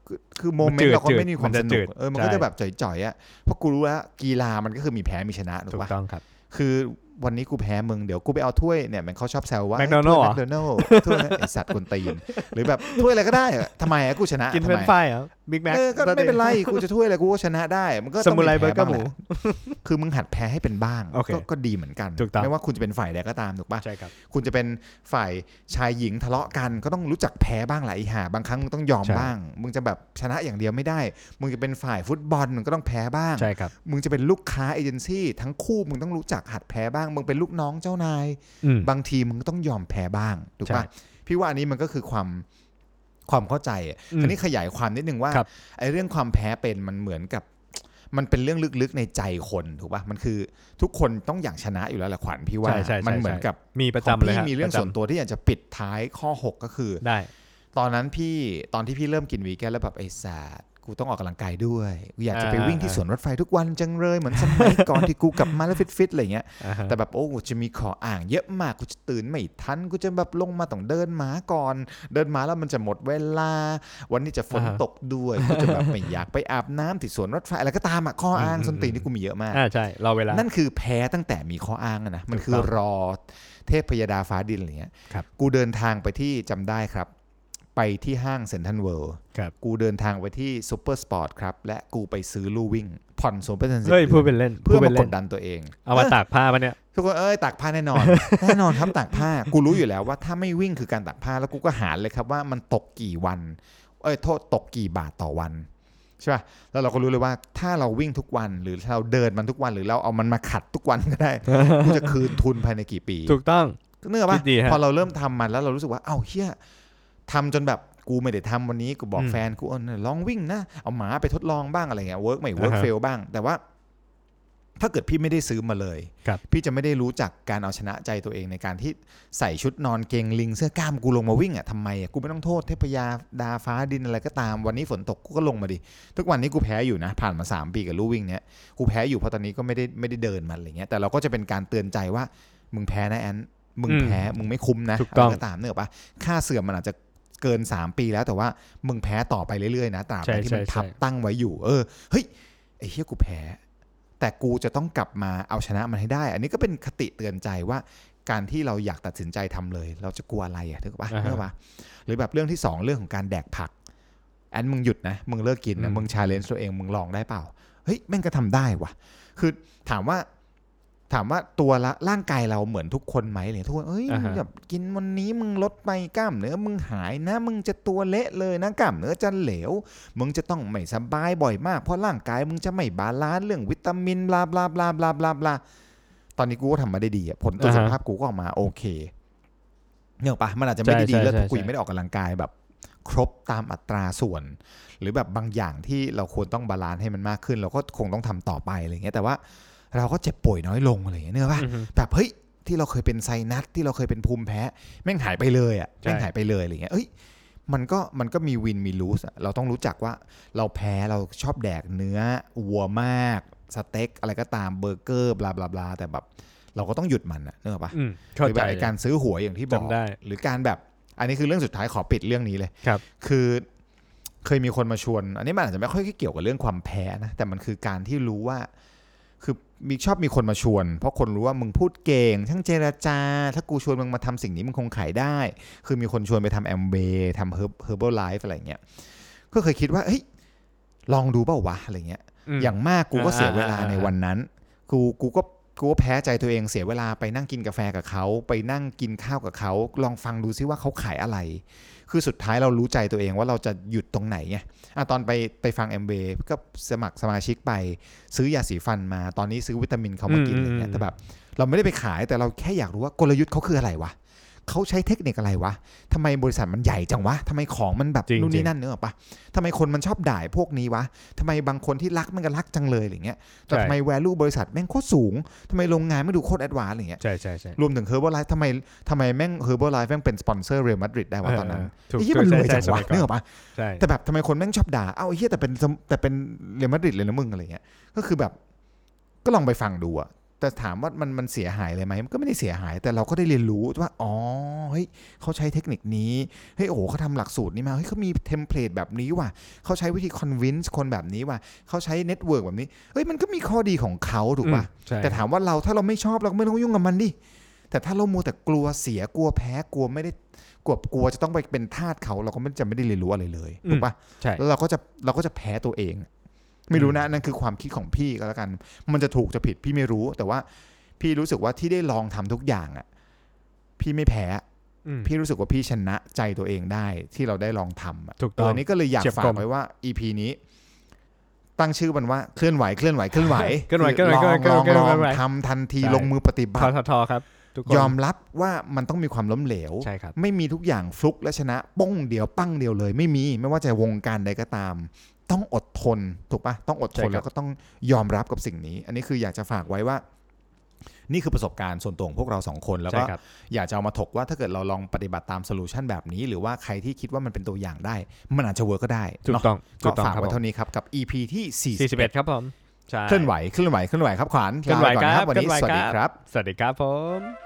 คือโมเมนต์เราก็ไม่มีความสนุกเออมันก็จะแบบจ่อยๆอ่ะเพราะกูรู้ว่ากีฬามันก็คือมีแพ้มีชนะถูกป่ะถูกต้องครับคือวันนี้กูแพ้มึงเดี๋ยวกูไปเอาถ้วยเนี่ยมันเขาชอบแซวว่าแมคโดนัลด์แมคโดนัลด์ถ้วยไอสัตว์กวนตีนหรือแบบถ้วยอะไรก็ได้ทำไมอ่ะกูชนะกินเฟรนช์ฟรายเหรอบิ๊กแม็กก็ไม่เป็นไรกูจะถ้วยอะไรกูก็ชนะได้มันก็ต้องมีแพ้บ้างคือมึงหัดแพ้ให้เป็นบ้างก็ดีเหมือนกันไม่ว่าคุณจะเป็นฝ่ายใดก็ตามถูกป่ะใช่ครับคุณจะเป็นฝ่ายชายหญิงทะเลาะกันก็ต้องรู้จักแพ้บ้างแหละไอ้ห่าบางครั้งมึงต้องยอมบ้างมึงจะแบบชนะอย่างเดียวไม่ได้มึงจะเป็นฝ่ายฟุตบอลมึงก็ต้องแพ้บ้างใช่ครับมึงจะเป็นลูกค้าเอเจนซี่ทั้งคู่มึงต้องรู้จักหัดแพ้บ้างมึงเป็นลูกน้องเจ้านายบางทีมึงต้องยอมแพ้บ้างถูกป่ะพี่ว่าอันนี้มันก็คือความความเข้าใจอันนี้ขยายความนิดนึงว่าไอ้เรื่องความแพ้เป็นมันเหมือนกับมันเป็นเรื่องลึกๆในใจคนถูกป่ะมันคือทุกคนต้องอยากชนะอยู่แล้วแหละขวัญพี่ว่ามันเหมือนกับมีประจำเลยพี่มีเรื่องส่วนตัวที่อยากจะปิดท้ายข้อหกก็คือได้ตอนนั้นพี่ตอนที่พี่เริ่มกินวีแกนแล้วแบบไอ้สัตว์กูต้องออกกำลังกายด้วยกูอยากจะไปวิ่งที่สวนรถไฟทุกวันจังเลยเหมือนสมัยก่อนที่กูกลับมาแล้วฟิตๆอะไรเงี้ยแต่แบบโอ้จะมีขออ่างเยอะมากกูจะตื่นไม่ทันกูจะแบบลงมาต้องเดินหมาก่อนเดินหมาแล้วมันจะหมดเวลาวันนี้จะฝนตกด้วยกูจะแบบไม่อยากไปอาบน้ำที่สวนรถไฟอะไรก็ตามอ่ะข้ออ้างส้นตีนที่กูมีเยอะมากอ่าใช่รอเวลานั่นคือแพ้ตั้งแต่มีข้ออ้างนะมันคือรอเทพพยดาฟ้าดินอะไรเงี้ยกูเดินทางไปที่จำได้ครับไปที่ห้างเซ็นทรัลเวิลด์กูเดินทางไปที่ซูเปอร์สปอร์ตครับและกูไปซื้อลู่วิ่งผ่อนศูนย์เปอร์เซ็นต์เฮ้ยพูดเป็นเล่นเพื่อมากดดันตัวเองเอามาตากผ้าปะเนี่ยทุกคนเอ้ยตากผ้าแน่นอน แน่นอนครับตากผ้ากูรู้อยู่แล้วว่าถ้าไม่วิ่งคือการตากผ้าแล้วกูก็หารเลยครับว่ามันตกกี่วันเอ้ยโทษตกกี่บาทต่อวันใช่ป่ะแล้วเราก็รู้เลยว่าถ้าเราวิ่งทุกวันหรือเราเดินมันทุกวันหรือเราเอามันมาขัดทุกวันก็ได้กูจะคืนทุนภายในกี่ปีถูกต้องเนื่อป่ะพอเราเริ่มทำมันแล้วเรารู้สึกว่าเอ้าเฮียทำจนแบบกูไม่ได้ทำวันนี้กูบอกแฟนกูเออลองวิ่งนะเอาหมาไปทดลองบ้างอะไรเงี้ยเวิร์กไม่เวิร์กเฟลบ้างแต่ว่าถ้าเกิดพี่ไม่ได้ซื้อมาเลยพี่จะไม่ได้รู้จักการเอาชนะใจตัวเองในการที่ใส่ชุดนอนเกงลิงเสื้อกล้ามกูลงมาวิ่งอ่ะทำไมอ่ะกูไม่ต้องโทษเทพยาดาฟ้าดินอะไรก็ตามวันนี้ฝนตกกูก็ลงมาดิทุกวันนี้กูแพ้อยู่นะผ่านมาสามปีกับลู่วิ่งเนี้ยกูแพ้อยู่เพราะตอนนี้ก็ไม่ได้ไม่ได้เดินมันอะไรเงี้ยแต่เราก็จะเป็นการเตือนใจว่ามึงแพ้นะแอนมึงแพ้มึงไม่คุ้มนะอะไรก็ตามเนอะป่ะค่าเสื่อมมันอาจจะเกินสามปีแล้วแต่ว่ามึงแพ้ต่อไปเรื่อยๆนะตราบใดที่มันทับตั้งไว้อยู่เออเฮ้ยไอ้เหี้ยกูแพ้แต่กูจะต้องกลับมาเอาชนะมันให้ได้อันนี้ก็เป็นคติเตือนใจว่าการที่เราอยากตัดสินใจทำเลยเราจะกลัวอะไรอ่ะถูกป่ะถูกป่ะหรือแบบเรื่องที่สองเรื่องของการแดกผักแอนมึงหยุดนะมึงเลิกกินนะมึง challenge ตัวเองมึงลองได้เปล่าเฮ้ยแม่งก็ทำได้ว่ะคือถามว่าถามว่าตัวละร่างกายเราเหมือนทุกคนไหมเลยทุกคนเอ้ย uh-huh. แบบกินวันนี้มึงลดไปกล้ามเนื้อมึงหายนะมึงจะตัวเละเลยนะกล้ามเนื้อจะเหลวมึงจะต้องไม่สบายบ่อยมากเพราะร่างกายมึงจะไม่บาลานซ์เรื่องวิตามินบลาบลาบลาบลาบลาบลาตอนนี้กูก็ทำมาได้ดีผลตรวจสุขภาพกูก็ออกมาโอเคเนี่ยป่ะมันอาจจะไม่ได้ดีแล้วกูยังไม่ได้ออกกำลังกายแบบครบตามอัตราส่วนหรือแบบบางอย่างที่เราควรต้องบาลานซ์ให้มันมากขึ้นเราก็คงต้องทำต่อไปอะไรเงี้ยแต่ว่าเราก็เจ็บป่วยน้อยลงอะไรอย่างเงี้ยเนอะป่ะแบบเฮ้ยที่เราเคยเป็นไซนัสที่เราเคยเป็นภูมิแพ้แม่งหายไปเลยอ่ะแม่งหายไปเลยอะไรเงี้ยเอ้ยมันก็มันก็มีวินมีลูสเราต้องรู้จักว่าเราแพ้เราชอบแดกเนื้อวัวมากสเต็กอะไรก็ตามเบอร์เกอร์บลาบลาบลาแต่แบบเราก็ต้องหยุดมันนะเนอะป่ะหรือแบบการซื้อหวยอย่างที่บอกหรือการแบบอันนี้คือเรื่องสุดท้ายขอปิดเรื่องนี้เลยคือเคยมีคนมาชวนอันนี้มันอาจจะไม่ค่อยเกี่ยวกับเรื่องความแพ้นะแต่มันคือการที่รู้ว่าคือมีชอบมีคนมาชวนเพราะคนรู้ว่ามึงพูดเก่งทั้งเจรจาถ้ากูชวนมึงมาทำสิ่งนี้มึงคงขายได้คือมีคนชวนไปทำแอมเบย์ทำเฮอร์เบิลไลฟ์อะไรเงี้ยก็เคยคิดว่าเฮ้ยลองดูเปล่าวะอะไรเงี้ยอย่างมากกูก็เสียเวลาในวันนั้นกูกูก็กูก็แพ้ใจตัวเองเสียเวลาไปนั่งกินกาแฟกับเขาไปนั่งกินข้าวกับเขาลองฟังดูซิว่าเขาขายอะไรคือสุดท้ายเรารู้ใจตัวเองว่าเราจะหยุดตรงไหนไงอ่ะตอนไปไปฟัง แอม เวย์ ก็สมัครสมาชิกไปซื้อยาสีฟันมาตอนนี้ซื้อวิตามินเขามากินอะไรเงี้ยแต่แบบเราไม่ได้ไปขายแต่เราแค่อยากรู้ว่ากลยุทธ์เขาคืออะไรวะเขาใช้เทคนิคอะไรวะทำไมบริษัทมันใหญ่จังวะทำไมของมันแบบนู่นนี่นั่นเนอะปะทำไมคนมันชอบด่าพวกนี้วะทำไมบางคนที่รักมันก็รักจังเลยอะไรเงี้ยแต่ทำไม value บริษัทแม่งโคตรสูงทำไมโรงงานไม่ดูโคตรแอดวานซ์อะไรเงี้ยใช่ใช่ใช่รวมถึง Herbalife ทำไมทำไมแม่ง Herbalife แม่งเป็นสปอนเซอร์เรอัลมาดริดได้วะตอนนั้นไอ้เหี้ยมันรวยจังวะเนอะปะแต่แบบทำไมคนแม่งชอบด่าเอ้าไอ้เหี้ยแต่เป็นแต่เป็นเรอัลมาดริดเลยนะมึงอะไรเงี้ยก็คือแบบก็ลองไปฟังดูอะแต่ถามว่ามันมันเสียหายเลยไหมมันก็ไม่ได้เสียหายแต่เราก็ได้เรียนรู้ว่าอ๋อเฮ้ยเขาใช้เทคนิคนี้เฮ้ยโอ้โหเขาทำหลักสูตรนี้มาเฮ้ยเขามีเทมเพลตแบบนี้ว่ะเขาใช้วิธีคอนวินส์คนแบบนี้ว่ะเขาใช้เน็ตเวิร์กแบบนี้เฮ้ยมันก็มีข้อดีของเขาถูกป่ะแต่ถามว่าเราถ้าเราไม่ชอบเราก็ไม่ต้องยุ่งกับมันดิแต่ถ้าเรามัวแต่กลัวเสียกลัวแพ้กลัวไม่ได้กลัวกลัวจะต้องไปเป็นทาสเขาเราก็ไม่จะไม่ได้เรียนรู้อะไรเลยถูกป่ะแล้วเราก็จะเราก็จะแพ้ตัวเองไม่รู้นะนั่นคือความคิดของพี่ก็แล้วกันมันจะถูกจะผิดพี่ไม่รู้แต่ว่าพี่รู้สึกว่าที่ได้ลองทำทุกอย่างอ่ะพี่ไม่แพ้พี่รู้สึกว่าพี่ชนะใจตัวเองได้ที่เราได้ลองทำถูกต้องนี้ก็เลยอยากฝากไว้ว่า อี พี นี้ตั้งชื่อมันว่าเคลื่อนไหวเคลื่อนไหวเคลื่อนไหวเคลื่อนไหวเคลื่อนไหวลองลองทำทันทีลงมือปฏิบัติทอครับยอมรับว่ามันต้องมีความล้มเหลวไม่มีทุกอย่างฟลุกและชนะป้งเดียวปั้งเดียวเลยไม่มีไม่ว่าจะวงการใดก็ตามต้องอดทนถูกปะต้องอดทนแล้วก็ต้องยอมรับกับสิ่งนี้อันนี้คืออยากจะฝากไว้ว่านี่คือประสบการณ์ส่วนตัวของพวกเราสองคนแล้วก็อยากจะเอามาถกว่าถ้าเกิดเราลองปฏิบัติตามโซลูชันแบบนี้หรือว่าใครที่คิดว่ามันเป็นตัวอย่างได้มันอาจจะเวิร์กก็ได้ถูกต้องก็ฝากไว้เท่านี้ครับกับ อี พี ที่สี่สิบเอ็ดครับผมเคลื่อนไหวเคลื่อนไหวเคลื่อนไหวครับขวัญเคลื่อนไหวครับวันนี้สวัสดีครับสวัสดีครับผม